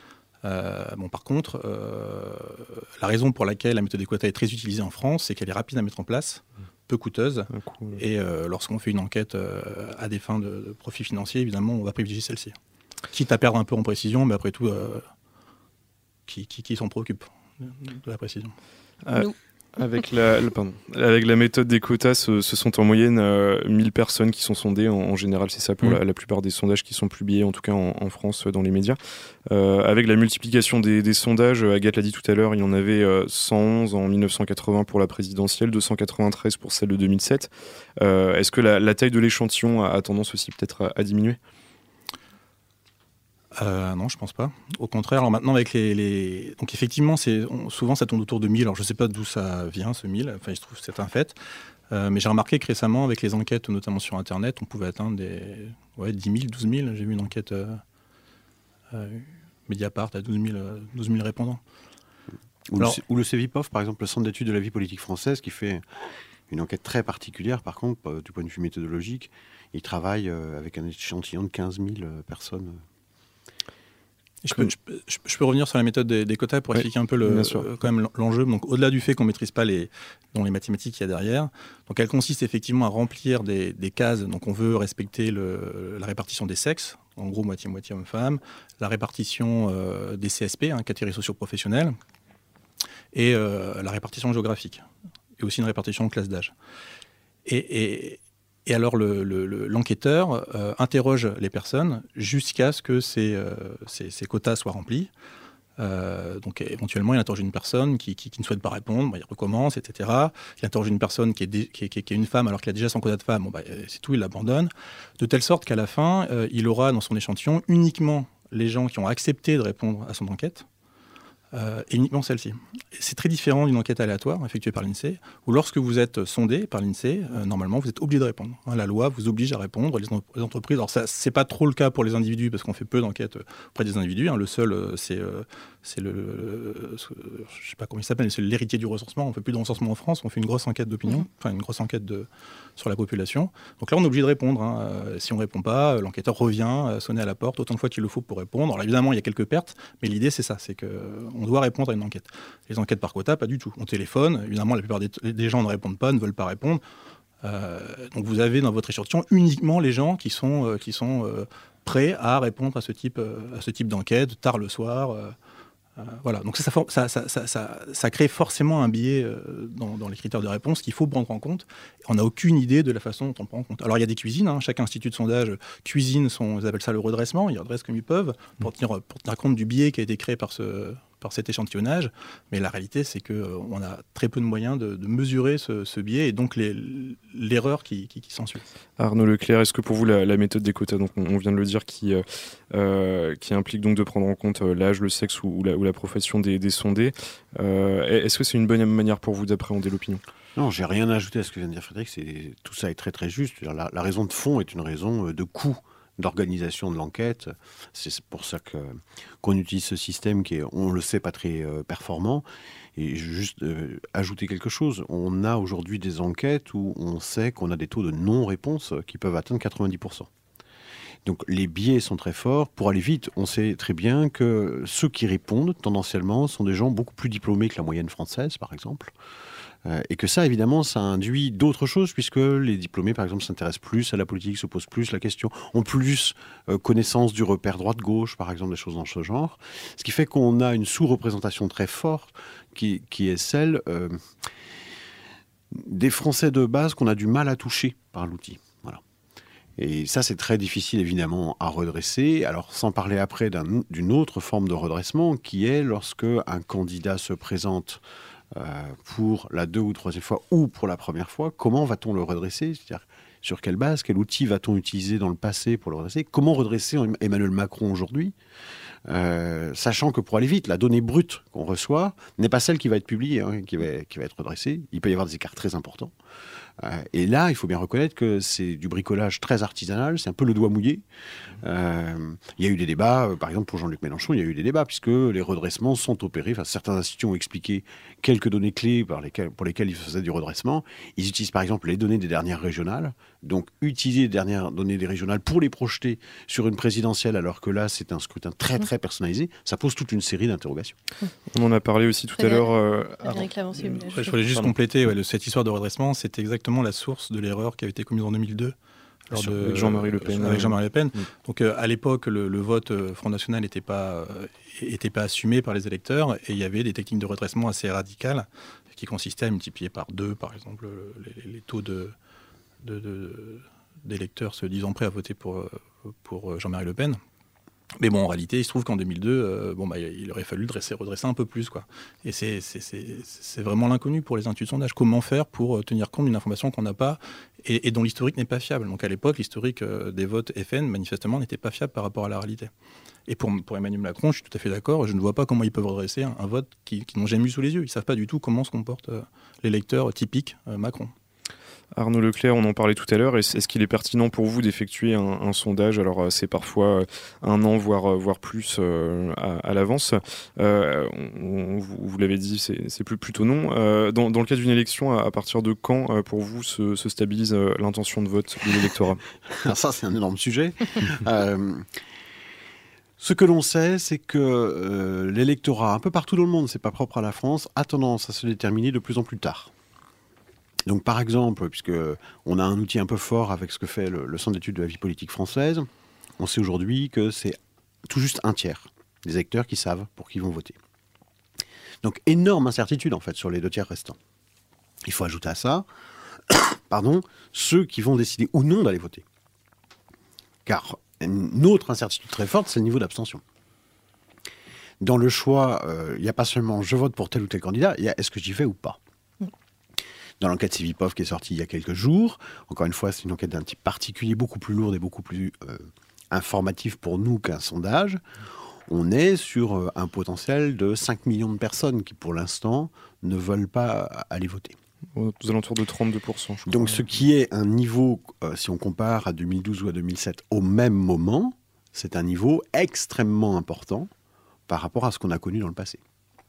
Euh, bon, par contre, euh, la raison pour laquelle la méthode des quotas est très utilisée en France, c'est qu'elle est rapide à mettre en place, peu coûteuse, coup, ouais. et euh, lorsqu'on fait une enquête euh, à des fins de, de profit financier, évidemment, on va privilégier celle-ci. Quitte à perdre un peu en précision, mais après tout, euh, qui, qui, qui s'en préoccupe de la précision? euh, avec, la, le, pardon, avec la méthode des quotas, ce, ce sont en moyenne euh, mille personnes qui sont sondées. En, en général, c'est ça pour mmh. la, la plupart des sondages qui sont publiés, en tout cas en, en France, dans les médias. Euh, avec la multiplication des, des sondages, Agathe l'a dit tout à l'heure, il y en avait euh, cent onze en mille neuf cent quatre-vingts pour la présidentielle, deux cent quatre-vingt-treize pour celle de deux mille sept. Euh, est-ce que la, la taille de l'échantillon a, a tendance aussi peut-être à, à diminuer ? Euh, non, je pense pas. Au contraire, alors maintenant avec les, les... donc effectivement, c'est on, souvent ça tourne autour de mille. Alors je sais pas d'où ça vient ce mille. Enfin, il se trouve que c'est un fait. Euh, mais j'ai remarqué que récemment, avec les enquêtes, notamment sur Internet, on pouvait atteindre des ouais, dix mille, douze mille. J'ai vu une enquête euh, euh, Mediapart à douze mille, euh, douze mille répondants. Ou, alors, le, ou le CEVIPOF, par exemple, le Centre d'études de la vie politique française, qui fait une enquête très particulière, par contre, euh, du point de vue méthodologique. Il travaille euh, avec un échantillon de quinze mille euh, personnes. Je peux, je, peux, je peux revenir sur la méthode des, des quotas pour oui, expliquer un peu le, euh, quand même l'enjeu. Donc, au-delà du fait qu'on ne maîtrise pas les, dans les mathématiques qu'il y a derrière, donc elle consiste effectivement à remplir des, des cases. Donc on veut respecter le, la répartition des sexes, en gros moitié-moitié homme-femme, la répartition euh, des C S P, hein, catégories socio-professionnelles, et euh, la répartition géographique, et aussi une répartition en classe d'âge. Et, et Et alors le, le, le, l'enquêteur euh, interroge les personnes jusqu'à ce que ces, euh, ces, ces quotas soient remplis. Euh, donc éventuellement, il interroge une personne qui, qui, qui ne souhaite pas répondre, bah, il recommence, et cetera. Il interroge une personne qui est, dé, qui, est, qui est une femme alors qu'il a déjà son quota de femme, bon, bah, c'est tout, il l'abandonne. De telle sorte qu'à la fin, euh, il aura dans son échantillon uniquement les gens qui ont accepté de répondre à son enquête. Euh, et uniquement celle-ci. C'est très différent d'une enquête aléatoire effectuée par l'INSEE, où lorsque vous êtes sondé par l'INSEE, euh, normalement vous êtes obligé de répondre. Hein, la loi vous oblige à répondre, les, en- les entreprises, alors ça c'est pas trop le cas pour les individus, parce qu'on fait peu d'enquêtes auprès des individus, hein, le seul euh, c'est, euh, c'est le, le, je sais pas comment il s'appelle, mais c'est l'héritier du recensement, on fait plus de recensement en France, on fait une grosse enquête d'opinion, enfin une grosse enquête de, sur la population, donc là on est obligé de répondre, hein. euh, si on répond pas, l'enquêteur revient euh, sonner à la porte autant de fois qu'il le faut pour répondre. Alors évidemment il y a quelques pertes, mais l'idée c'est ça, c'est qu'on doit répondre à une enquête. Les enquêtes par quota, pas du tout. On téléphone, évidemment la plupart des, des gens ne répondent pas, ne veulent pas répondre. Euh, donc vous avez dans votre échantillon uniquement les gens qui sont, euh, qui sont euh, prêts à répondre à ce type, euh, à ce type d'enquête, tard le soir. Euh, euh, voilà. Donc ça ça, ça, ça, ça, ça crée forcément un biais euh, dans, dans les critères de réponse qu'il faut prendre en compte. On n'a aucune idée de la façon dont on prend en compte. Alors il y a des cuisines, hein. Chaque institut de sondage cuisine son, ils appellent ça le redressement, ils redressent comme ils peuvent pour tenir, pour tenir compte du biais qui a été créé par ce... par cet échantillonnage, mais la réalité c'est qu'on euh, a très peu de moyens de, de mesurer ce, ce biais et donc les, l'erreur qui, qui, qui s'ensuit. Arnaud Leclerc, est-ce que pour vous la, la méthode des quotas, donc on, on vient de le dire, qui, euh, qui implique donc de prendre en compte l'âge, le sexe ou, ou, la, ou la profession des, des sondés, euh, est-ce que c'est une bonne manière pour vous d'appréhender l'opinion ? Non, j'ai rien à ajouter à ce que vient de dire Frédéric, c'est, tout ça est très très juste. La, la raison de fond est une raison de coût d'organisation de l'enquête. C'est pour ça que, qu'on utilise ce système qui est, on le sait, pas très euh, performant. Et je veux juste euh, ajouter quelque chose. On a aujourd'hui des enquêtes où on sait qu'on a des taux de non-réponse qui peuvent atteindre quatre-vingt-dix pour cent. Donc les biais sont très forts. Pour aller vite, on sait très bien que ceux qui répondent, tendanciellement, sont des gens beaucoup plus diplômés que la moyenne française, par exemple. Euh, et que ça, évidemment, ça induit d'autres choses, puisque les diplômés, par exemple, s'intéressent plus à la politique, se posent plus la question, ont plus euh, connaissance du repère droite-gauche, par exemple, des choses dans ce genre. Ce qui fait qu'on a une sous-représentation très forte, qui, qui est celle euh, des Français de base qu'on a du mal à toucher par l'outil. Voilà. Et ça, c'est très difficile, évidemment, à redresser. Alors, sans parler après d'un, d'une autre forme de redressement, qui est lorsque un candidat se présente Euh, pour la deux ou troisième fois ou pour la première fois, comment va-t-on le redresser ? C'est-à-dire, sur quelle base, quel outil va-t-on utiliser dans le passé pour le redresser ? Comment redresser Emmanuel Macron aujourd'hui ? euh, Sachant que pour aller vite, la donnée brute qu'on reçoit n'est pas celle qui va être publiée, hein, qui, va, qui va être redressée. Il peut y avoir des écarts très importants. Euh, et là, il faut bien reconnaître que c'est du bricolage très artisanal, c'est un peu le doigt mouillé. Euh, il y a eu des débats, euh, par exemple pour Jean-Luc Mélenchon, il y a eu des débats puisque les redressements sont opérés. Enfin, certains instituts ont expliqué quelques données clés par lesquelles, pour lesquelles ils faisaient du redressement. Ils utilisent par exemple les données des dernières régionales. Donc, utiliser les dernières données des régionales pour les projeter sur une présidentielle, alors que là, c'est un scrutin très très personnalisé, ça pose toute une série d'interrogations. On en a parlé aussi tout à l'heure. Euh, ouais, je voulais juste Pardon. compléter, ouais, le, cette histoire de redressement, c'est exactement la source de l'erreur qui avait été commise en deux mille deux. Alors de, avec Jean-Marie Le Pen. Avec Jean-Marie Le Pen. Mmh. Donc euh, à l'époque, le, le vote euh, Front National n'était pas, euh, était pas assumé par les électeurs et il y avait des techniques de redressement assez radicales qui consistaient à multiplier par deux, par exemple, les, les taux de, de, de, d'électeurs se disant prêts à voter pour, pour Jean-Marie Le Pen. Mais bon, en réalité, il se trouve qu'en deux mille deux, euh, bon, bah, il aurait fallu dresser, redresser un peu plus, quoi. Et c'est, c'est, c'est, c'est vraiment l'inconnu pour les instituts de sondage. Comment faire pour tenir compte d'une information qu'on n'a pas et, et dont l'historique n'est pas fiable. Donc à l'époque, l'historique euh, des votes F N, manifestement, n'était pas fiable par rapport à la réalité. Et pour, pour Emmanuel Macron, je suis tout à fait d'accord, je ne vois pas comment ils peuvent redresser un, un vote qu'ils, qu'ils n'ont jamais eu sous les yeux. Ils ne savent pas du tout comment se comporte euh, l'électeur typique euh, Macron. Arnaud Leclerc, on en parlait tout à l'heure. Est-ce qu'il est pertinent pour vous d'effectuer un, un sondage ? Alors, c'est parfois un an, voire, voire plus euh, à, à l'avance. Euh, on, vous, vous l'avez dit, c'est, c'est plus, plutôt non. Euh, dans, dans le cas d'une élection, à, à partir de quand, euh, pour vous, se, se stabilise euh, l'intention de vote de l'électorat ? Alors ça, c'est un énorme sujet. euh... Ce que l'on sait, c'est que euh, l'électorat, un peu partout dans le monde, c'est pas propre à la France, a tendance à se déterminer de plus en plus tard. Donc, par exemple, puisque on a un outil un peu fort avec ce que fait le, le Centre d'études de la vie politique française, on sait aujourd'hui que c'est tout juste un tiers des électeurs qui savent pour qui ils vont voter. Donc, énorme incertitude, en fait, sur les deux tiers restants. Il faut ajouter à ça, pardon, ceux qui vont décider ou non d'aller voter. Car une autre incertitude très forte, c'est le niveau d'abstention. Dans le choix, il euh, n'y a pas seulement je vote pour tel ou tel candidat, il y a est-ce que j'y vais ou pas. Dans l'enquête Civipov qui est sortie il y a quelques jours, encore une fois, c'est une enquête d'un type particulier, beaucoup plus lourde et beaucoup plus euh, informative pour nous qu'un sondage. On est sur euh, un potentiel de cinq millions de personnes qui, pour l'instant, ne veulent pas aller voter. Aux alentours de trente-deux pour cent, je crois. Donc, ce qui est un niveau, euh, si on compare à deux mille douze ou à deux mille sept, au même moment, c'est un niveau extrêmement important par rapport à ce qu'on a connu dans le passé.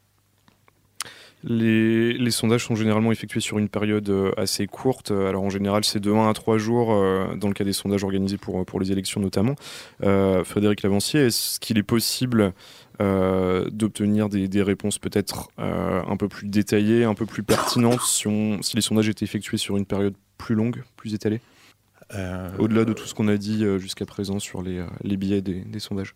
Les, les sondages sont généralement effectués sur une période assez courte. Alors en général, c'est de un à trois jours, euh, dans le cas des sondages organisés pour, pour les élections notamment. Euh, Frédéric Lavancier, est-ce qu'il est possible euh, d'obtenir des, des réponses peut-être euh, un peu plus détaillées, un peu plus pertinentes si, on, si les sondages étaient effectués sur une période plus longue, plus étalée euh, au-delà de tout ce qu'on a dit jusqu'à présent sur les, les biais des, des sondages?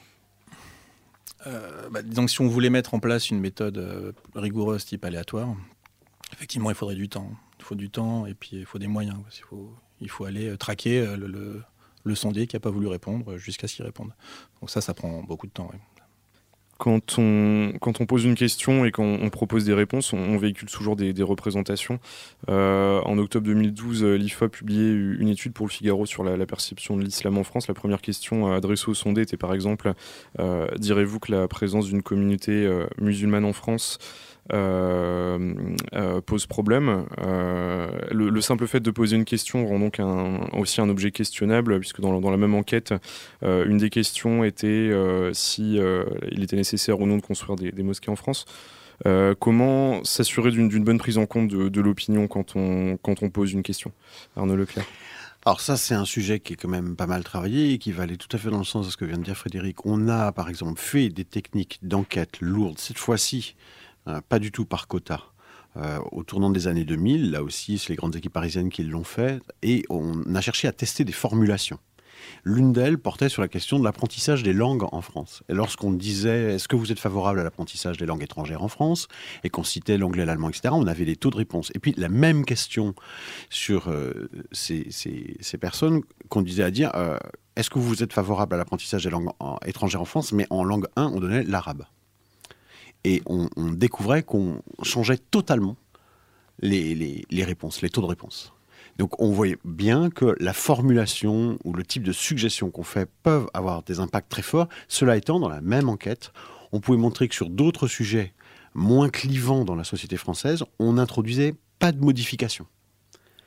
Euh, bah, disons que si on voulait mettre en place une méthode euh, rigoureuse type aléatoire, effectivement, il faudrait du temps. Il faut du temps et puis il faut des moyens. Parce qu'il faut, il faut aller euh, traquer euh, le, le, le sondé qui n'a pas voulu répondre jusqu'à ce qu'il réponde. Donc ça, ça prend beaucoup de temps. Oui. Quand on, quand on pose une question et qu'on on propose des réponses, on, on véhicule toujours des, des représentations. Euh, en octobre deux mille douze, l'I F O A publiait une étude pour le Figaro sur la, la perception de l'islam en France. La première question adressée aux sondés était par exemple euh, « Direz-vous que la présence d'une communauté euh, musulmane en France Euh, euh, pose problème. Euh, le, le simple fait de poser une question rend donc un, aussi un objet questionnable, puisque dans, dans la même enquête, euh, une des questions était euh, si euh, il était nécessaire ou non de construire des, des mosquées en France. Euh, comment s'assurer d'une, d'une bonne prise en compte de, de l'opinion quand on, quand on pose une question? Arnaud Leclerc. Alors ça, c'est un sujet qui est quand même pas mal travaillé et qui va aller tout à fait dans le sens de ce que vient de dire Frédéric. On a, par exemple, fait des techniques d'enquête lourdes, cette fois-ci, euh, pas du tout par quota. Euh, au tournant des années deux mille, là aussi, c'est les grandes équipes parisiennes qui l'ont fait, et on a cherché à tester des formulations. L'une d'elles portait sur la question de l'apprentissage des langues en France. Et lorsqu'on disait « Est-ce que vous êtes favorable à l'apprentissage des langues étrangères en France ?» et qu'on citait l'anglais, l'allemand, et cetera, on avait des taux de réponse. Et puis la même question sur euh, ces, ces, ces personnes qu'on disait à dire euh, « Est-ce que vous êtes favorable à l'apprentissage des langues en, étrangères en France ?» Mais en langue un, on donnait l'arabe. Et on, on découvrait qu'on changeait totalement les, les, les réponses, les taux de réponse. Donc on voyait bien que la formulation ou le type de suggestions qu'on fait peuvent avoir des impacts très forts. Cela étant, dans la même enquête, on pouvait montrer que sur d'autres sujets moins clivants dans la société française, on n'introduisait pas de modification.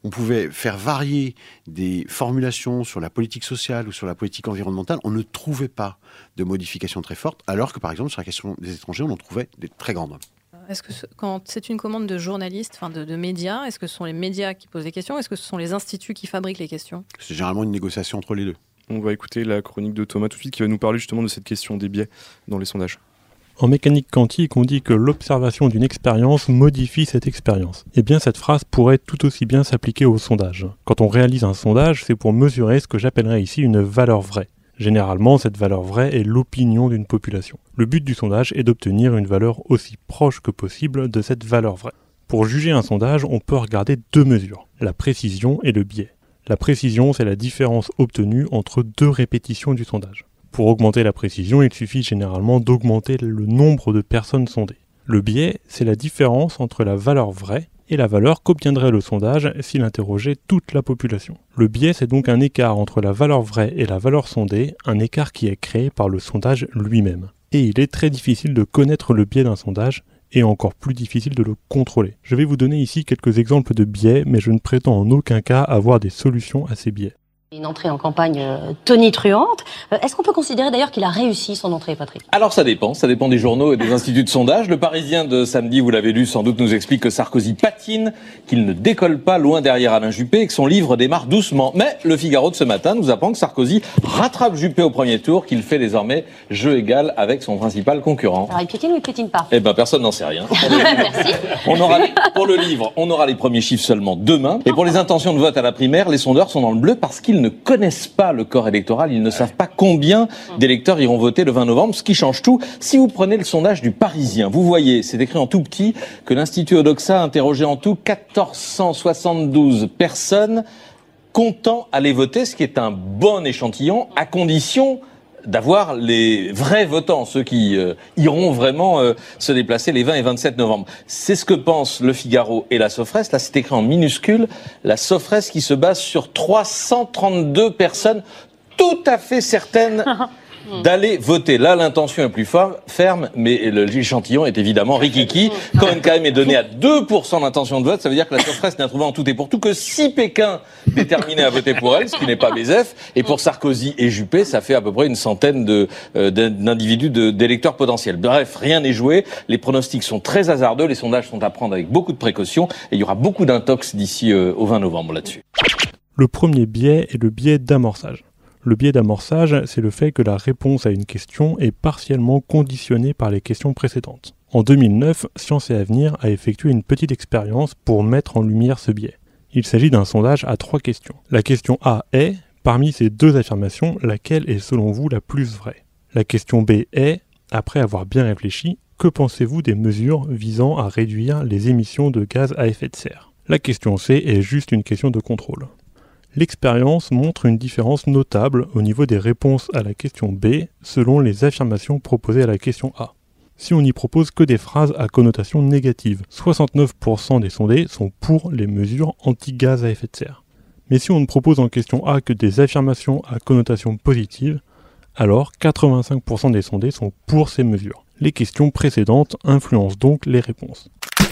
on pouvait faire varier des formulations sur la politique sociale ou sur la politique environnementale, on ne trouvait pas de modifications très fortes, alors que par exemple sur la question des étrangers, on en trouvait des très grandes. Est-ce que ce, quand c'est une commande de journalistes, enfin de, de médias, est-ce que ce sont les médias qui posent les questions, est-ce que ce sont les instituts qui fabriquent les questions ? C'est généralement une négociation entre les deux. On va écouter la chronique de Thomas tout de suite qui va nous parler justement de cette question des biais dans les sondages. En mécanique quantique, on dit que l'observation d'une expérience modifie cette expérience. Eh bien, cette phrase pourrait tout aussi bien s'appliquer au sondage. Quand on réalise un sondage, c'est pour mesurer ce que j'appellerais ici une valeur vraie. Généralement, cette valeur vraie est l'opinion d'une population. Le but du sondage est d'obtenir une valeur aussi proche que possible de cette valeur vraie. Pour juger un sondage, on peut regarder deux mesures, la précision et le biais. La précision, c'est la différence obtenue entre deux répétitions du sondage. Pour augmenter la précision, il suffit généralement d'augmenter le nombre de personnes sondées. Le biais, c'est la différence entre la valeur vraie et la valeur qu'obtiendrait le sondage s'il interrogeait toute la population. Le biais, c'est donc un écart entre la valeur vraie et la valeur sondée, un écart qui est créé par le sondage lui-même. Et il est très difficile de connaître le biais d'un sondage, et encore plus difficile de le contrôler. Je vais vous donner ici quelques exemples de biais, mais je ne prétends en aucun cas avoir des solutions à ces biais. Une entrée en campagne euh, tonitruante. Euh, est-ce qu'on peut considérer d'ailleurs qu'il a réussi son entrée, Patrick ? Alors ça dépend, ça dépend des journaux et des instituts de sondage. Le Parisien de samedi, vous l'avez lu sans doute, nous explique que Sarkozy patine, qu'il ne décolle pas loin derrière Alain Juppé et que son livre démarre doucement. Mais le Figaro de ce matin nous apprend que Sarkozy rattrape Juppé au premier tour, qu'il fait désormais jeu égal avec son principal concurrent. Alors il piétine ou il piétine pas ? Eh ben personne n'en sait rien. Merci. On aura, pour le livre, on aura les premiers chiffres seulement demain. Et pour les intentions de vote à la primaire, les sondeurs sont dans le bleu parce qu'ils ne connaissent pas le corps électoral, ils ne savent pas combien d'électeurs iront voter le vingt novembre, ce qui change tout. Si vous prenez le sondage du Parisien, vous voyez, c'est écrit en tout petit, que l'Institut Odoxa a interrogé en tout mille quatre cent soixante-douze personnes comptant aller voter, ce qui est un bon échantillon, à condition d'avoir les vrais votants, ceux qui euh, iront vraiment euh, se déplacer les vingt et vingt-sept novembre. C'est ce que pensent Le Figaro et la Sofres. Là, c'est écrit en minuscule. La Sofres qui se base sur trois cent trente-deux personnes tout à fait certaines d'aller voter. Là, l'intention est plus for- ferme, mais l'échantillon est évidemment rikiki. Quand même, quand même est donné à deux pour cent d'intention de vote, ça veut dire que la Sofres n'a trouvé en tout et pour tout que six Pékins déterminés à voter pour elle, ce qui n'est pas B Z F. Et pour Sarkozy et Juppé, ça fait à peu près une centaine de, euh, d'individus, de, d'électeurs potentiels. Bref, rien n'est joué. Les pronostics sont très hasardeux. Les sondages sont à prendre avec beaucoup de précautions. Et il y aura beaucoup d'intox d'ici euh, au vingt novembre là-dessus. Le premier biais est le biais d'amorçage. Le biais d'amorçage, c'est le fait que la réponse à une question est partiellement conditionnée par les questions précédentes. En deux mille neuf, Science et Avenir a effectué une petite expérience pour mettre en lumière ce biais. Il s'agit d'un sondage à trois questions. La question A est, parmi ces deux affirmations, laquelle est selon vous la plus vraie ? La question B est, après avoir bien réfléchi, que pensez-vous des mesures visant à réduire les émissions de gaz à effet de serre ? La question C est juste une question de contrôle. L'expérience montre une différence notable au niveau des réponses à la question B selon les affirmations proposées à la question A. Si on n'y propose que des phrases à connotation négative, soixante-neuf pour cent des sondés sont pour les mesures anti-gaz à effet de serre. Mais si on ne propose en question A que des affirmations à connotation positive, alors quatre-vingt-cinq pour cent des sondés sont pour ces mesures. Les questions précédentes influencent donc les réponses.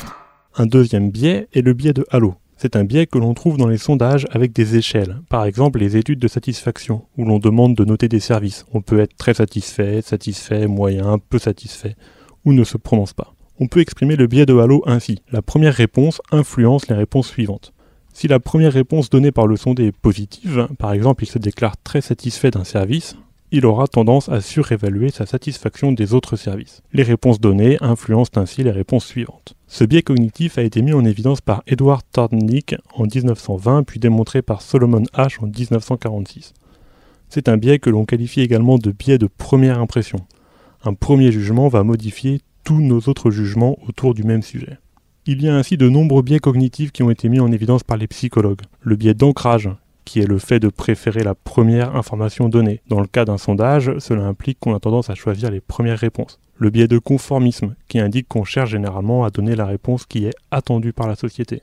Un deuxième biais est le biais de halo. C'est un biais que l'on trouve dans les sondages avec des échelles, par exemple les études de satisfaction, où l'on demande de noter des services. On peut être très satisfait, satisfait, moyen, peu satisfait, ou ne se prononce pas. On peut exprimer le biais de halo ainsi. La première réponse influence les réponses suivantes. Si la première réponse donnée par le sondé est positive, par exemple il se déclare très satisfait d'un service, il aura tendance à surévaluer sa satisfaction des autres services. Les réponses données influencent ainsi les réponses suivantes. Ce biais cognitif a été mis en évidence par Edward Thorndike en dix-neuf cent vingt, puis démontré par Solomon Asch en dix-neuf cent quarante-six. C'est un biais que l'on qualifie également de biais de première impression. Un premier jugement va modifier tous nos autres jugements autour du même sujet. Il y a ainsi de nombreux biais cognitifs qui ont été mis en évidence par les psychologues. Le biais d'ancrage, qui est le fait de préférer la première information donnée. Dans le cas d'un sondage, cela implique qu'on a tendance à choisir les premières réponses. Le biais de conformisme, qui indique qu'on cherche généralement à donner la réponse qui est attendue par la société.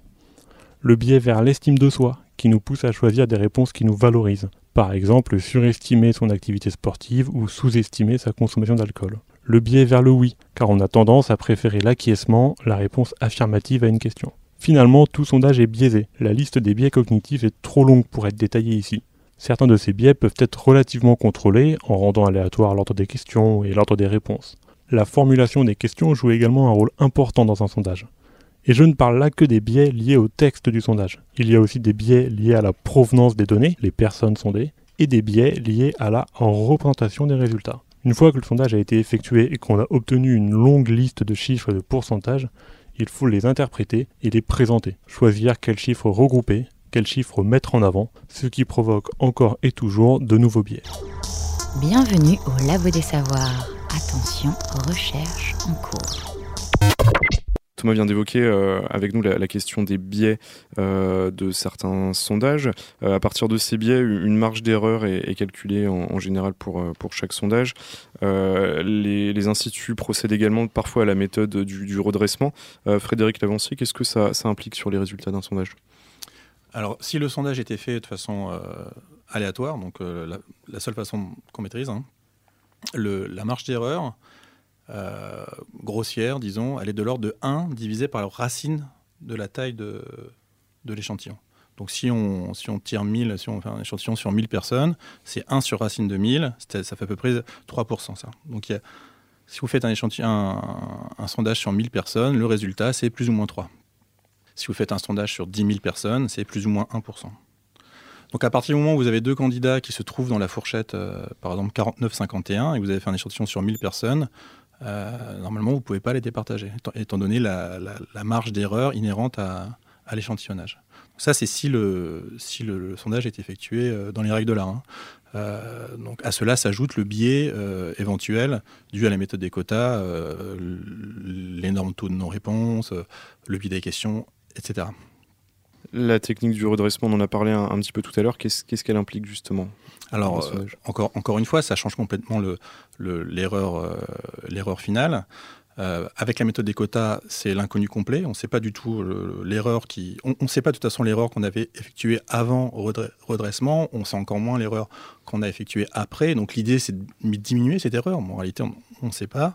Le biais vers l'estime de soi, qui nous pousse à choisir des réponses qui nous valorisent. Par exemple, surestimer son activité sportive ou sous-estimer sa consommation d'alcool. Le biais vers le oui, car on a tendance à préférer l'acquiescement, la réponse affirmative à une question. Finalement, tout sondage est biaisé. La liste des biais cognitifs est trop longue pour être détaillée ici. Certains de ces biais peuvent être relativement contrôlés en rendant aléatoire l'ordre des questions et l'ordre des réponses. La formulation des questions joue également un rôle important dans un sondage. Et je ne parle là que des biais liés au texte du sondage. Il y a aussi des biais liés à la provenance des données, les personnes sondées, et des biais liés à la représentation des résultats. Une fois que le sondage a été effectué et qu'on a obtenu une longue liste de chiffres et de pourcentages, il faut les interpréter et les présenter. Choisir quels chiffres regrouper, quels chiffres mettre en avant, ce qui provoque encore et toujours de nouveaux biais. Bienvenue au Labo des Savoirs. Attention, recherche en cours. Thomas vient d'évoquer euh, avec nous la, la question des biais euh, de certains sondages. Euh, à partir de ces biais, une marge d'erreur est, est calculée en, en général pour, pour chaque sondage. Euh, les, les instituts procèdent également parfois à la méthode du, du redressement. Euh, Frédéric Lavancier, qu'est-ce que ça, ça implique sur les résultats d'un sondage ? Alors, si le sondage était fait de façon euh, aléatoire, donc euh, la, la seule façon qu'on maîtrise, hein, le, la marge d'erreur, Euh, grossière, disons, elle est de l'ordre de un divisé par la racine de la taille de, de l'échantillon. Donc si on, si on tire mille, si on fait un échantillon sur mille personnes, c'est un sur racine de mille, ça fait à peu près trois pour cent. Ça. Donc il y a, si vous faites un, échantillon, un, un sondage sur mille personnes, le résultat c'est plus ou moins trois. Si vous faites un sondage sur dix mille personnes, c'est plus ou moins un pour cent. Donc à partir du moment où vous avez deux candidats qui se trouvent dans la fourchette, euh, par exemple quarante-neuf cinquante et un, et vous avez fait un échantillon sur mille personnes, Euh, normalement, vous ne pouvez pas les départager, étant, étant donné la, la, la marge d'erreur inhérente à, à l'échantillonnage. Donc ça, c'est si le, si le, le sondage est effectué euh, dans les règles de l'art. Hein. Euh, donc à cela s'ajoute le biais euh, éventuel dû à la méthode des quotas, euh, l'énorme taux de non-réponse, euh, le biais des questions, et cetera. La technique du redressement, on en a parlé un, un petit peu tout à l'heure. Qu'est-ce, qu'est-ce qu'elle implique justement ? Alors, euh, encore, encore une fois, ça change complètement le, le, l'erreur, euh, l'erreur finale. Euh, avec la méthode des quotas, c'est l'inconnu complet. On ne sait pas du tout le, l'erreur qui... On ne sait pas de toute façon l'erreur qu'on avait effectuée avant redre- redressement. On sait encore moins l'erreur qu'on a effectuée après. Donc l'idée, c'est de diminuer cette erreur. Mais en réalité, on ne sait pas.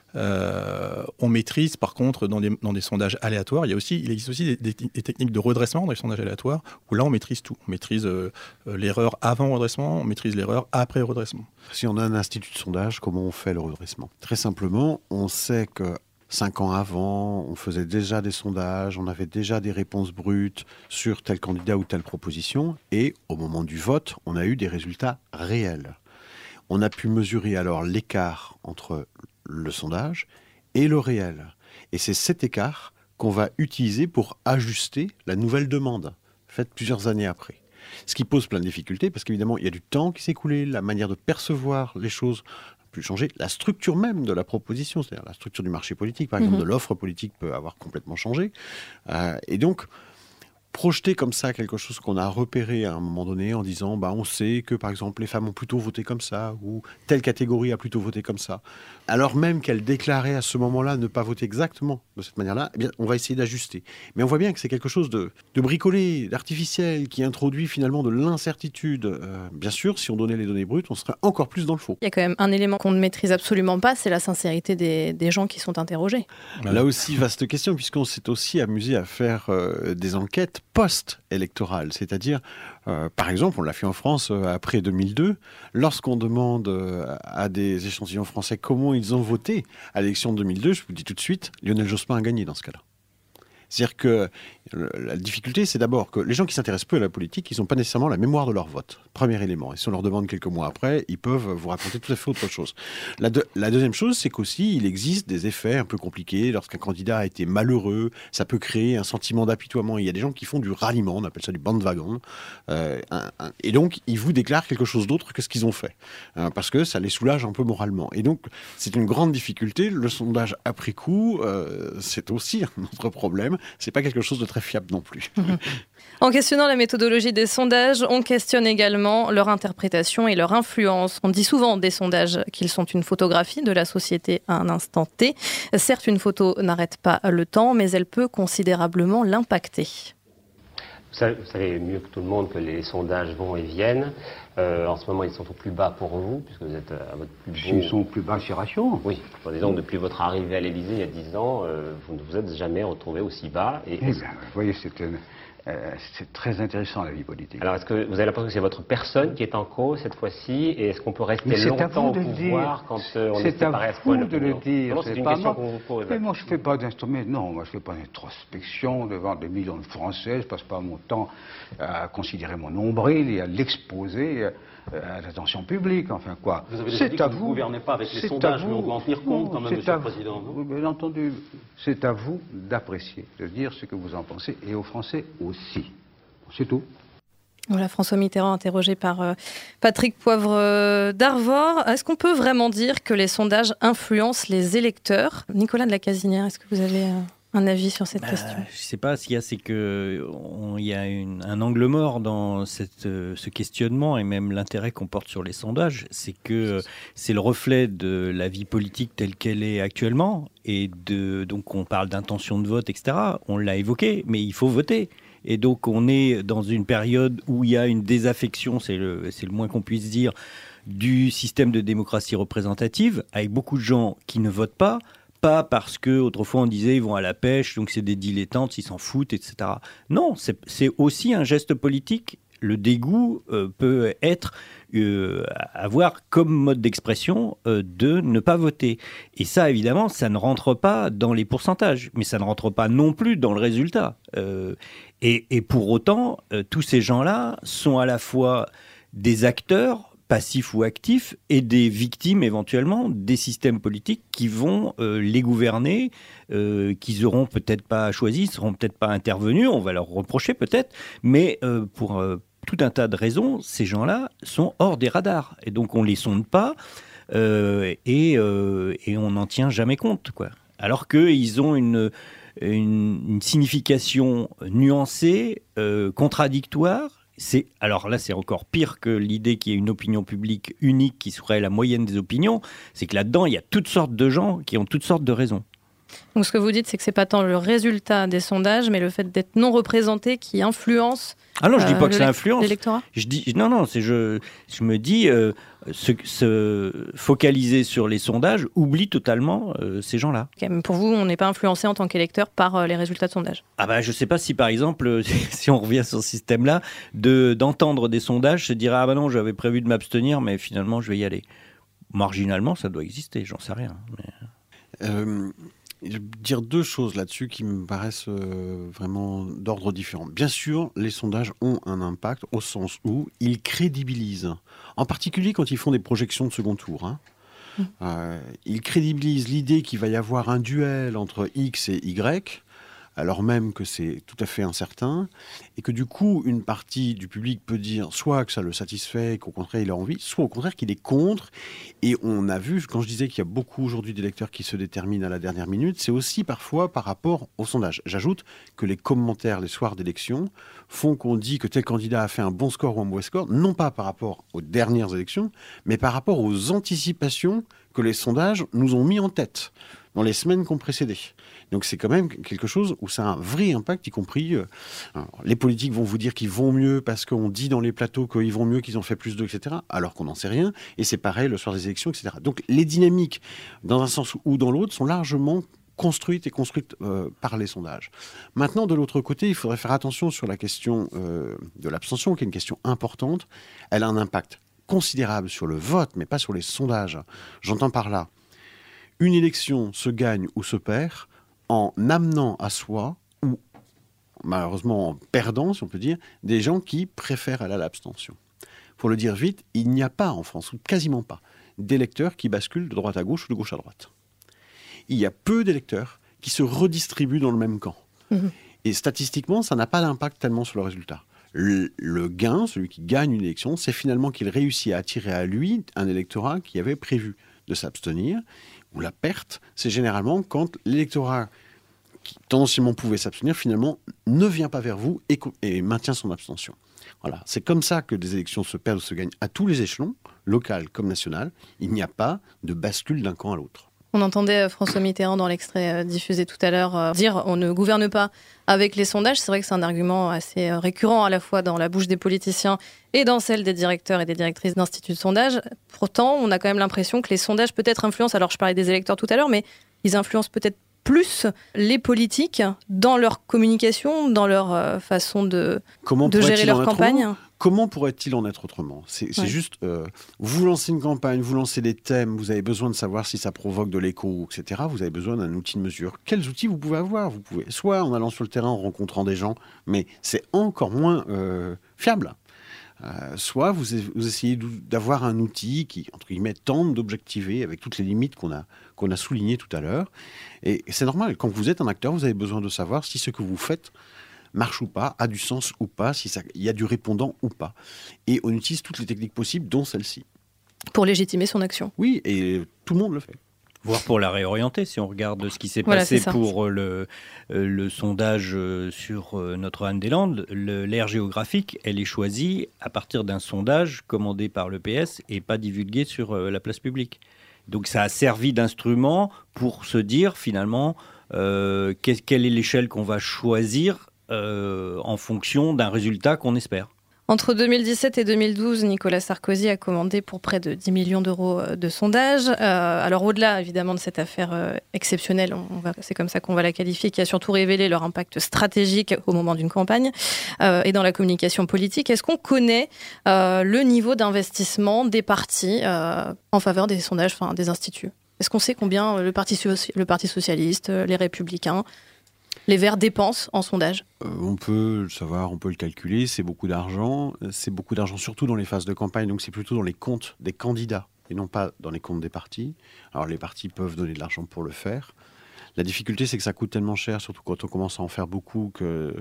Euh, on maîtrise par contre dans des, dans des sondages aléatoires, il, y a aussi, il existe aussi des, des, des techniques de redressement dans les sondages aléatoires où là on maîtrise tout. On maîtrise euh, l'erreur avant redressement, on maîtrise l'erreur après redressement. Si on a un institut de sondage, comment on fait le redressement ? Très simplement, on sait que cinq ans avant, on faisait déjà des sondages, on avait déjà des réponses brutes sur tel candidat ou telle proposition, et au moment du vote, on a eu des résultats réels. On a pu mesurer alors l'écart entre le sondage et le réel. Et c'est cet écart qu'on va utiliser pour ajuster la nouvelle demande, faite plusieurs années après. Ce qui pose plein de difficultés, parce qu'évidemment, il y a du temps qui s'est écoulé, la manière de percevoir les choses a pu changer, la structure même de la proposition, c'est-à-dire la structure du marché politique, par exemple, mmh. de l'offre politique peut avoir complètement changé. Euh, et donc, projeter comme ça quelque chose qu'on a repéré à un moment donné en disant bah, on sait que par exemple les femmes ont plutôt voté comme ça ou telle catégorie a plutôt voté comme ça, alors même qu'elles déclaraient à ce moment-là ne pas voter exactement de cette manière-là, eh bien, on va essayer d'ajuster. Mais on voit bien que c'est quelque chose de, de bricolé, d'artificiel, qui introduit finalement de l'incertitude. Euh, bien sûr, si on donnait les données brutes, on serait encore plus dans le faux. Il y a quand même un élément qu'on ne maîtrise absolument pas, c'est la sincérité des, des gens qui sont interrogés. Là aussi, vaste question, puisqu'on s'est aussi amusé à faire euh, des enquêtes post-électorales, c'est-à-dire, euh, par exemple, on l'a fait en France euh, après deux mille deux, lorsqu'on demande euh, à des échantillons français comment ils ont voté à l'élection de deux mille deux, je vous dis tout de suite, Lionel Jospin a gagné dans ce cas-là. C'est-à-dire que la difficulté, c'est d'abord que les gens qui s'intéressent peu à la politique, ils n'ont pas nécessairement la mémoire de leur vote. Premier élément. Et si on leur demande quelques mois après, ils peuvent vous raconter tout à fait autre chose. La, de, la deuxième chose, c'est qu'aussi, il existe des effets un peu compliqués. Lorsqu'un candidat a été malheureux, ça peut créer un sentiment d'apitoiement. Il y a des gens qui font du ralliement, on appelle ça du bandwagon. Euh, un, un, et donc, ils vous déclarent quelque chose d'autre que ce qu'ils ont fait. Hein, parce que ça les soulage un peu moralement. Et donc, c'est une grande difficulté. Le sondage après coup, euh, c'est aussi un autre problème. C'est pas quelque chose de très fiable non plus. En questionnant la méthodologie des sondages, on questionne également leur interprétation et leur influence. On dit souvent des sondages qu'ils sont une photographie de la société à un instant T. Certes, une photo n'arrête pas le temps, mais elle peut considérablement l'impacter. Vous savez mieux que tout le monde que les sondages vont et viennent. Euh, en ce moment, ils sont au plus bas pour vous, puisque vous êtes à votre plus beau... Ils sont au plus bas chez Ration. Oui, disons que depuis votre arrivée à l'Élysée il y a dix ans, euh, vous ne vous êtes jamais retrouvé aussi bas. Et eh bien, vous voyez, c'est, une, euh, c'est très intéressant la vie politique. Alors, est-ce que vous avez l'impression que c'est votre personne qui est en cause cette fois-ci? Et est-ce qu'on peut rester Mais longtemps au pouvoir quand euh, on est séparé à ce point de C'est à vous de le dire. Non, c'est une pas question moi. qu'on vous pose. Mais moi, je ne fais pas d'instrument. Non, moi, je ne fais pas d'introspection devant des millions de Français. Je ne passe pas mon temps à considérer mon nombril et à l'exposer à l'attention publique, enfin quoi. Vous avez déjà dit que vous ne gouvernez pas avec les sondages, mais on doit en tenir compte quand même, Monsieur le Président. Oui, bien entendu, c'est à vous d'apprécier, de dire ce que vous en pensez, et aux Français aussi. C'est tout. Voilà, François Mitterrand interrogé par euh, Patrick Poivre euh, d'Arvor. Est-ce qu'on peut vraiment dire que les sondages influencent les électeurs? Nicolas de la Casinière, est-ce que vous avez... Euh... un avis sur cette bah, question? Je ne sais pas, ce qu'il y a, c'est qu'il y a une, un angle mort dans cette, euh, ce questionnement et même l'intérêt qu'on porte sur les sondages, c'est que euh, c'est le reflet de la vie politique telle qu'elle est actuellement et de, donc on parle d'intention de vote, et cetera. On l'a évoqué, mais il faut voter. Et donc on est dans une période où il y a une désaffection, c'est le, c'est le moins qu'on puisse dire, du système de démocratie représentative, avec beaucoup de gens qui ne votent pas, pas parce que autrefois on disait ils vont à la pêche, donc c'est des dilettantes, ils s'en foutent, et cetera. Non, c'est, c'est aussi un geste politique. Le dégoût euh, peut être euh, avoir comme mode d'expression euh, de ne pas voter. Et ça, évidemment, ça ne rentre pas dans les pourcentages, mais ça ne rentre pas non plus dans le résultat. Euh, et, et pour autant, euh, tous ces gens-là sont à la fois des acteurs passifs ou actifs, et des victimes éventuellement des systèmes politiques qui vont euh, les gouverner, euh, qu'ils n'auront peut-être pas choisi, ne seront peut-être pas intervenus, on va leur reprocher peut-être, mais euh, pour euh, tout un tas de raisons, ces gens-là sont hors des radars, et donc on ne les sonde pas, euh, et, euh, et on n'en tient jamais compte, quoi. Alors qu'ils ont une, une, une signification nuancée, euh, contradictoire. C'est, alors là, c'est encore pire que l'idée qu'il y ait une opinion publique unique qui serait la moyenne des opinions. C'est que là-dedans, il y a toutes sortes de gens qui ont toutes sortes de raisons. Donc ce que vous dites, c'est que c'est pas tant le résultat des sondages, mais le fait d'être non représenté qui influence. Ah non, je dis pas euh, que ça influence. L'électorat. Je dis non, non, c'est je, je me dis euh, se, se focaliser sur les sondages oublie totalement euh, ces gens-là. Okay, mais pour vous, on n'est pas influencé en tant qu'électeur par euh, les résultats de sondages. Ah bah je sais pas si par exemple, si on revient sur ce système-là, de d'entendre des sondages, se dire ah bah non, j'avais prévu de m'abstenir, mais finalement je vais y aller. Marginalement, ça doit exister, j'en sais rien. Mais... Euh... Je vais dire deux choses là-dessus qui me paraissent euh, vraiment d'ordre différent. Bien sûr, les sondages ont un impact au sens où ils crédibilisent, en particulier quand ils font des projections de second tour. Hein. Mmh. Euh, ils crédibilisent l'idée qu'il va y avoir un duel entre X et Y, alors même que c'est tout à fait incertain, et que du coup, une partie du public peut dire soit que ça le satisfait, qu'au contraire, il a envie, soit au contraire qu'il est contre. Et on a vu, quand je disais qu'il y a beaucoup aujourd'hui d'électeurs qui se déterminent à la dernière minute, c'est aussi parfois par rapport au sondage. J'ajoute que les commentaires les soirs d'élection font qu'on dit que tel candidat a fait un bon score ou un mauvais score, non pas par rapport aux dernières élections, mais par rapport aux anticipations que les sondages nous ont mis en tête dans les semaines qui ont précédé. Donc c'est quand même quelque chose où ça a un vrai impact, y compris... Euh, les politiques vont vous dire qu'ils vont mieux parce qu'on dit dans les plateaux qu'ils vont mieux, qu'ils ont fait plus d'eux, et cetera, alors qu'on n'en sait rien. Et c'est pareil le soir des élections, et cetera. Donc les dynamiques, dans un sens ou dans l'autre, sont largement construites et construites euh, par les sondages. Maintenant, de l'autre côté, il faudrait faire attention sur la question euh, de l'abstention, qui est une question importante. Elle a un impact considérable sur le vote, mais pas sur les sondages. J'entends par là, une élection se gagne ou se perd en amenant à soi, ou malheureusement en perdant, si on peut dire, des gens qui préfèrent aller à l'abstention. Pour le dire vite, il n'y a pas en France, ou quasiment pas, d'électeurs qui basculent de droite à gauche ou de gauche à droite. Il y a peu d'électeurs qui se redistribuent dans le même camp. Mmh. Et statistiquement, ça n'a pas d'impact tellement sur le résultat. Le, le gain, celui qui gagne une élection, c'est finalement qu'il réussit à attirer à lui un électorat qui avait prévu de s'abstenir. Ou la perte, c'est généralement quand l'électorat qui tendanciellement pouvait s'abstenir, finalement, ne vient pas vers vous et, et maintient son abstention. Voilà. C'est comme ça que des élections se perdent ou se gagnent à tous les échelons, local comme national. Il n'y a pas de bascule d'un camp à l'autre. On entendait François Mitterrand dans l'extrait diffusé tout à l'heure dire on ne gouverne pas avec les sondages. C'est vrai que c'est un argument assez récurrent à la fois dans la bouche des politiciens et dans celle des directeurs et des directrices d'instituts de sondage. Pourtant, on a quand même l'impression que les sondages peut-être influencent, alors je parlais des électeurs tout à l'heure, mais ils influencent peut-être plus les politiques dans leur communication, dans leur euh, façon de, de gérer leur campagne. Comment pourrait-il en être autrement ? C'est, c'est ouais. juste, euh, vous lancez une campagne, vous lancez des thèmes, vous avez besoin de savoir si ça provoque de l'écho, et cetera. Vous avez besoin d'un outil de mesure. Quels outils vous pouvez avoir ? Vous pouvez, soit en allant sur le terrain, en rencontrant des gens, mais c'est encore moins euh, fiable. Euh, soit vous, vous essayez d'avoir un outil qui, entre guillemets, tente d'objectiver avec toutes les limites qu'on a, qu'on a soulignées tout à l'heure. Et, et c'est normal, quand vous êtes un acteur, vous avez besoin de savoir si ce que vous faites marche ou pas, a du sens ou pas, si ça, il y a du répondant ou pas. Et on utilise toutes les techniques possibles, dont celle-ci. Pour légitimer son action. Oui, et tout le monde le fait. Voire pour la réorienter, si on regarde ce qui s'est voilà, passé pour le, le sondage sur Notre-Dame-des-Landes, le, l'aire géographique, elle est choisie à partir d'un sondage commandé par l'E P S et pas divulgué sur la place publique. Donc ça a servi d'instrument pour se dire finalement euh, quelle est l'échelle qu'on va choisir euh, en fonction d'un résultat qu'on espère. Entre deux mille dix-sept et deux mille douze, Nicolas Sarkozy a commandé pour près de dix millions d'euros de sondages. Euh, alors au-delà évidemment de cette affaire euh, exceptionnelle, on va, c'est comme ça qu'on va la qualifier, qui a surtout révélé leur impact stratégique au moment d'une campagne euh, et dans la communication politique, est-ce qu'on connaît euh, le niveau d'investissement des partis euh, en faveur des sondages, enfin des instituts ? Est-ce qu'on sait combien le Parti, soci- le Parti socialiste, les Républicains, les Verts dépensent en sondage ? euh, On peut le savoir, on peut le calculer, c'est beaucoup d'argent. C'est beaucoup d'argent surtout dans les phases de campagne, donc c'est plutôt dans les comptes des candidats et non pas dans les comptes des partis. Alors les partis peuvent donner de l'argent pour le faire. La difficulté, c'est que ça coûte tellement cher, surtout quand on commence à en faire beaucoup, que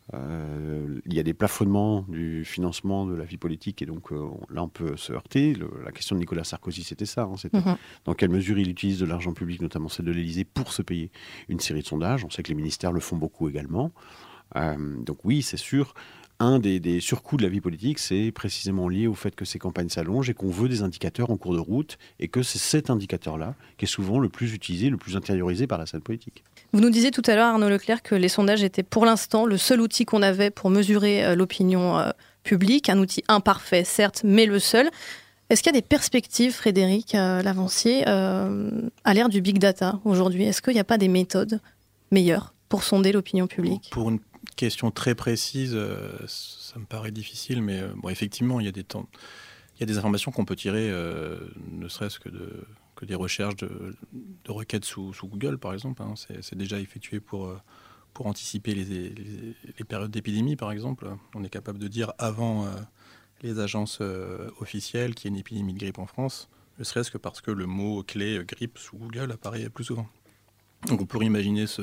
euh, il y a des plafonnements du financement de la vie politique, et donc euh, là, on peut se heurter. Le, la question de Nicolas Sarkozy, c'était ça. Hein, c'était mmh. Dans quelle mesure il utilise de l'argent public, notamment celle de l'Élysée, pour se payer une série de sondages. On sait que les ministères le font beaucoup également. Euh, donc oui, c'est sûr. Un des, des surcoûts de la vie politique, c'est précisément lié au fait que ces campagnes s'allongent et qu'on veut des indicateurs en cours de route, et que c'est cet indicateur-là qui est souvent le plus utilisé, le plus intériorisé par la scène politique. Vous nous disiez tout à l'heure, Arnaud Leclerc, que les sondages étaient pour l'instant le seul outil qu'on avait pour mesurer euh, l'opinion euh, publique, un outil imparfait, certes, mais le seul. Est-ce qu'il y a des perspectives, Frédéric euh, Lavancier, euh, à l'ère du big data aujourd'hui ? Est-ce qu'il n'y a pas des méthodes meilleures pour sonder l'opinion publique ? Pour une question très précise, euh, ça me paraît difficile, mais euh, bon, effectivement, il y a des temps, il y a des informations qu'on peut tirer, euh, ne serait-ce que, de, que des recherches de, de requêtes sous, sous Google, par exemple. Hein. C'est, c'est déjà effectué pour, euh, pour anticiper les, les, les périodes d'épidémie, par exemple. On est capable de dire avant euh, les agences euh, officielles qu'il y a une épidémie de grippe en France, ne serait-ce que parce que le mot-clé euh, grippe sous Google apparaît plus souvent. Donc on pourrait imaginer ce...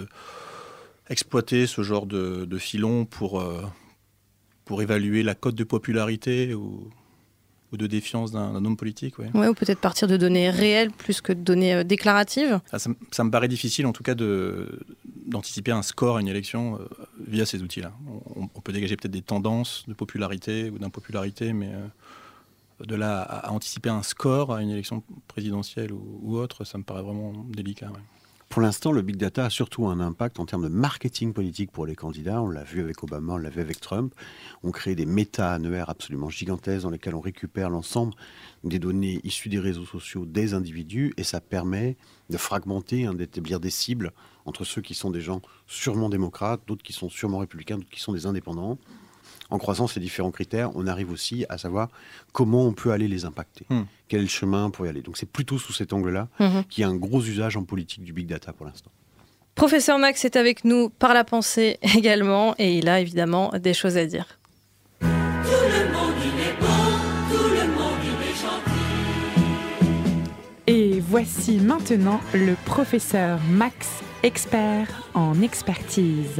exploiter ce genre de, de filon pour, euh, pour évaluer la cote de popularité ou, ou de défiance d'un, d'un homme politique. Ouais. Ouais, ou peut-être partir de données réelles plus que de données euh, déclaratives. Ah, ça, ça me paraît difficile en tout cas de, d'anticiper un score à une élection euh, via ces outils-là. On, on peut dégager peut-être des tendances de popularité ou d'impopularité, mais euh, de là à, à anticiper un score à une élection présidentielle ou, ou autre, ça me paraît vraiment délicat. Ouais. Pour l'instant, le big data a surtout un impact en termes de marketing politique pour les candidats. On l'a vu avec Obama, on l'a vu avec Trump. On crée des méta-annuaires absolument gigantesques dans lesquels on récupère l'ensemble des données issues des réseaux sociaux des individus, et ça permet de fragmenter, hein, d'établir des cibles entre ceux qui sont des gens sûrement démocrates, d'autres qui sont sûrement républicains, d'autres qui sont des indépendants. En croisant ces différents critères, on arrive aussi à savoir comment on peut aller les impacter. Mmh. Quel est le chemin pour y aller ? Donc c'est plutôt sous cet angle-là mmh. qu'il y a un gros usage en politique du big data pour l'instant. Professeur Max est avec nous par la pensée également, et il a évidemment des choses à dire. Tout le monde il est beau, tout le monde il est gentil. Et voici maintenant le professeur Max, expert en expertise.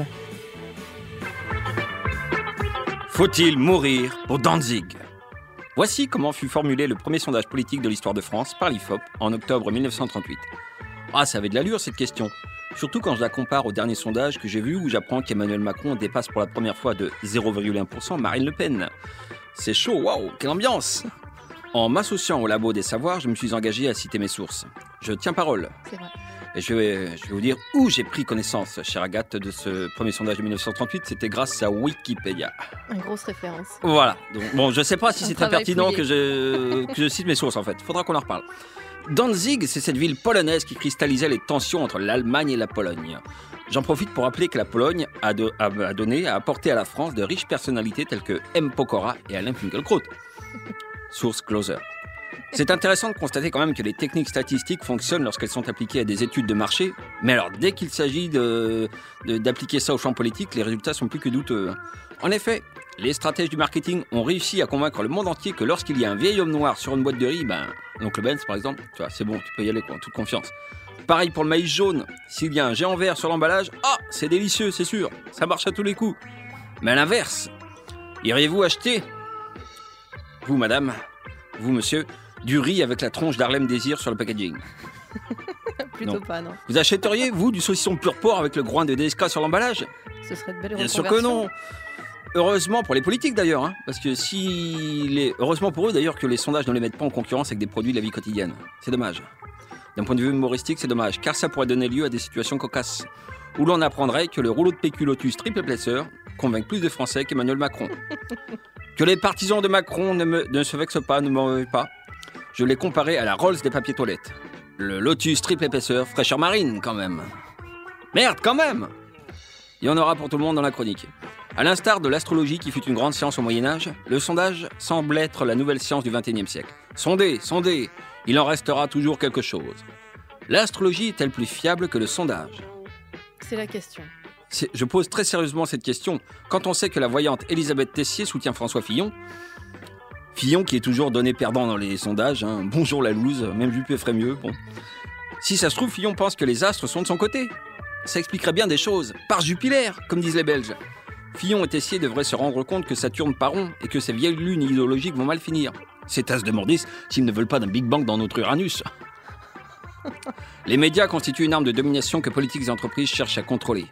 Faut-il mourir pour Danzig ? Voici comment fut formulé le premier sondage politique de l'histoire de France par l'I F O P en octobre dix-neuf cent trente-huit. Ah, ça avait de l'allure cette question. Surtout quand je la compare au dernier sondage que j'ai vu où j'apprends qu'Emmanuel Macron dépasse pour la première fois de zéro virgule un pour cent Marine Le Pen. C'est chaud, waouh, quelle ambiance ! En m'associant au Labo des Savoirs, je me suis engagé à citer mes sources. Je tiens parole. C'est vrai. Et je vais, je vais vous dire où j'ai pris connaissance, chère Agathe, de ce premier sondage de mille neuf cent trente-huit. C'était grâce à Wikipédia. Une grosse référence. Voilà. Donc, bon, je ne sais pas si Un c'est très travail pertinent fouillé. que je, que je cite mes sources, en fait. Il faudra qu'on en reparle. Danzig, c'est cette ville polonaise qui cristallisait les tensions entre l'Allemagne et la Pologne. J'en profite pour rappeler que la Pologne a, de, a, a donné, a apporté à la France de riches personnalités telles que M. Pokora et Alain Finkielkraut. Source Closer. C'est intéressant de constater quand même que les techniques statistiques fonctionnent lorsqu'elles sont appliquées à des études de marché, mais alors dès qu'il s'agit de, de, d'appliquer ça au champ politique, les résultats sont plus que douteux. En effet, les stratèges du marketing ont réussi à convaincre le monde entier que lorsqu'il y a un vieil homme noir sur une boîte de riz, ben, l'oncle Benz par exemple, tu vois, c'est bon, tu peux y aller quoi, en toute confiance. Pareil pour le maïs jaune, s'il y a un géant vert sur l'emballage, ah, c'est délicieux, c'est sûr, ça marche à tous les coups. Mais à l'inverse, iriez-vous acheter, vous madame, vous monsieur, du riz avec la tronche d'Harlem Désir sur le packaging? Plutôt Non. pas, non. Vous achèteriez, vous, du saucisson pur porc avec le groin de D S K sur l'emballage? Ce serait de belles Bien sûr que non. Heureusement pour les politiques d'ailleurs, hein, parce que si les... heureusement pour eux d'ailleurs que les sondages ne les mettent pas en concurrence avec des produits de la vie quotidienne. C'est dommage. D'un point de vue humoristique, c'est dommage, car ça pourrait donner lieu à des situations cocasses, où l'on apprendrait que le rouleau de P Q Lotus triple épaisseur convainc plus de Français qu'Emmanuel Macron. Que les partisans de Macron ne, me... ne se vexent pas, ne m'en veuillent pas. Je l'ai comparé à la Rolls des papiers toilettes. Le Lotus triple épaisseur, fraîcheur marine quand même. Merde quand même. Il y en aura pour tout le monde dans la chronique. À l'instar de l'astrologie qui fut une grande science au Moyen-Âge, le sondage semble être la nouvelle science du vingt et unième siècle. Sondez, sondez, il en restera toujours quelque chose. L'astrologie est-elle plus fiable que le sondage? C'est la question. C'est- Je pose très sérieusement cette question. Quand on sait que la voyante Elisabeth Tessier soutient François Fillon, Fillon qui est toujours donné perdant dans les sondages, hein. Bonjour la loose, même Juppé ferait mieux, bon. Si ça se trouve, Fillon pense que les astres sont de son côté. Ça expliquerait bien des choses, par Jupiler, comme disent les Belges. Fillon et Tessier devraient se rendre compte que ça tourne pas rond et que ces vieilles lunes idéologiques vont mal finir. Ces tasses de Mordis s'ils ne veulent pas d'un Big Bang dans notre Uranus. Les médias constituent une arme de domination que politiques et entreprises cherchent à contrôler.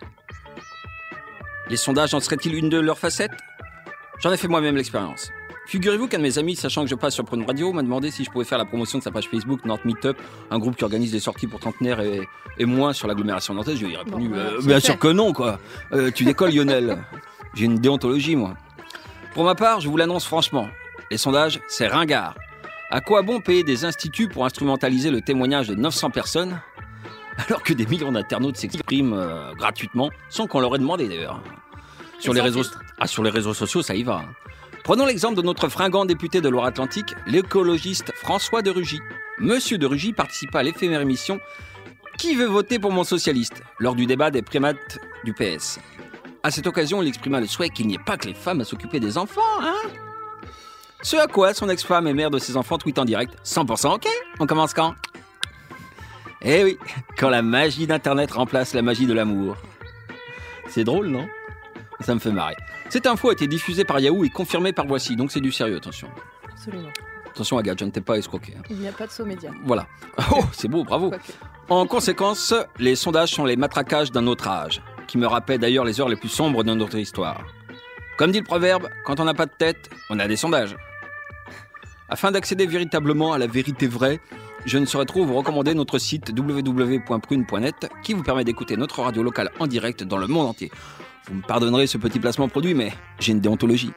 Les sondages en seraient-ils une de leurs facettes? J'en ai fait moi-même l'expérience. Figurez-vous qu'un de mes amis, sachant que je passe sur Prune Radio, m'a demandé si je pouvais faire la promotion de sa page Facebook Nantes Meetup, un groupe qui organise des sorties pour trentenaires et, et moins sur l'agglomération nantaise. Je lui ai répondu, Bon, euh, c'est bien fait. sûr que non, quoi. Euh, tu décolles, Lionel. J'ai une déontologie, moi. Pour ma part, je vous l'annonce franchement, les sondages, c'est ringard. À quoi bon payer des instituts pour instrumentaliser le témoignage de neuf cents personnes, alors que des millions d'internautes s'expriment euh, gratuitement, sans qu'on leur ait demandé d'ailleurs. Sur Et les, sans réseaux... filtre. Ah, sur les réseaux sociaux, ça y va. Prenons l'exemple de notre fringant député de Loire-Atlantique, l'écologiste François de Rugy. Monsieur de Rugy participa à l'éphémère émission « Qui veut voter pour mon socialiste ?» lors du débat des primates du P S. À cette occasion, il exprima le souhait qu'il n'y ait pas que les femmes à s'occuper des enfants, hein. Ce à quoi son ex-femme et mère de ses enfants tweet en direct « cent pour cent ok, on commence quand ?» Eh oui, quand la magie d'Internet remplace la magie de l'amour. C'est drôle, non? Ça me fait marrer. Cette info a été diffusée par Yahoo et confirmée par Voici, donc c'est du sérieux, attention. Absolument. Attention Agathe, je ne t'ai pas escroqué. hein. Il n'y a pas de saut média. Voilà. Oh, c'est beau, bravo. Quoique. En conséquence, les sondages sont les matraquages d'un autre âge, qui me rappellent d'ailleurs les heures les plus sombres de notre histoire. Comme dit le proverbe, quand on n'a pas de tête, on a des sondages. Afin d'accéder véritablement à la vérité vraie, je ne saurais trop vous recommander notre site w w w point prune point net qui vous permet d'écouter notre radio locale en direct dans le monde entier. Vous me pardonnerez ce petit placement produit, mais j'ai une déontologie.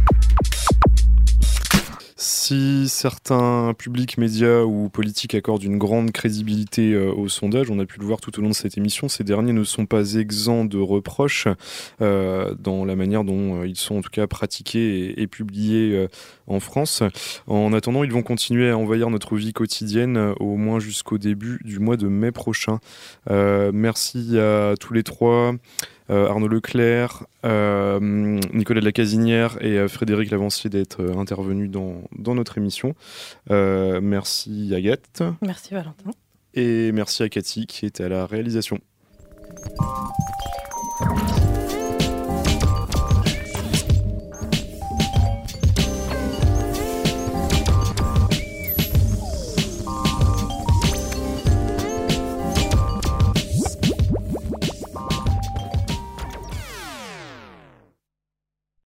Si certains publics, médias ou politiques accordent une grande crédibilité euh, aux sondages, on a pu le voir tout au long de cette émission, ces derniers ne sont pas exempts de reproches euh, dans la manière dont euh, ils sont en tout cas pratiqués et, et publiés euh, en France. En attendant, ils vont continuer à envahir notre vie quotidienne euh, au moins jusqu'au début du mois de mai prochain. Euh, merci à tous les trois. Euh, Arnaud Leclerc, euh, Nicolas de la Casinière et euh, Frédéric Lavancier d'être euh, intervenus dans, dans notre émission. Euh, merci Agathe. Merci Valentin. Et merci à Cathy qui était à la réalisation.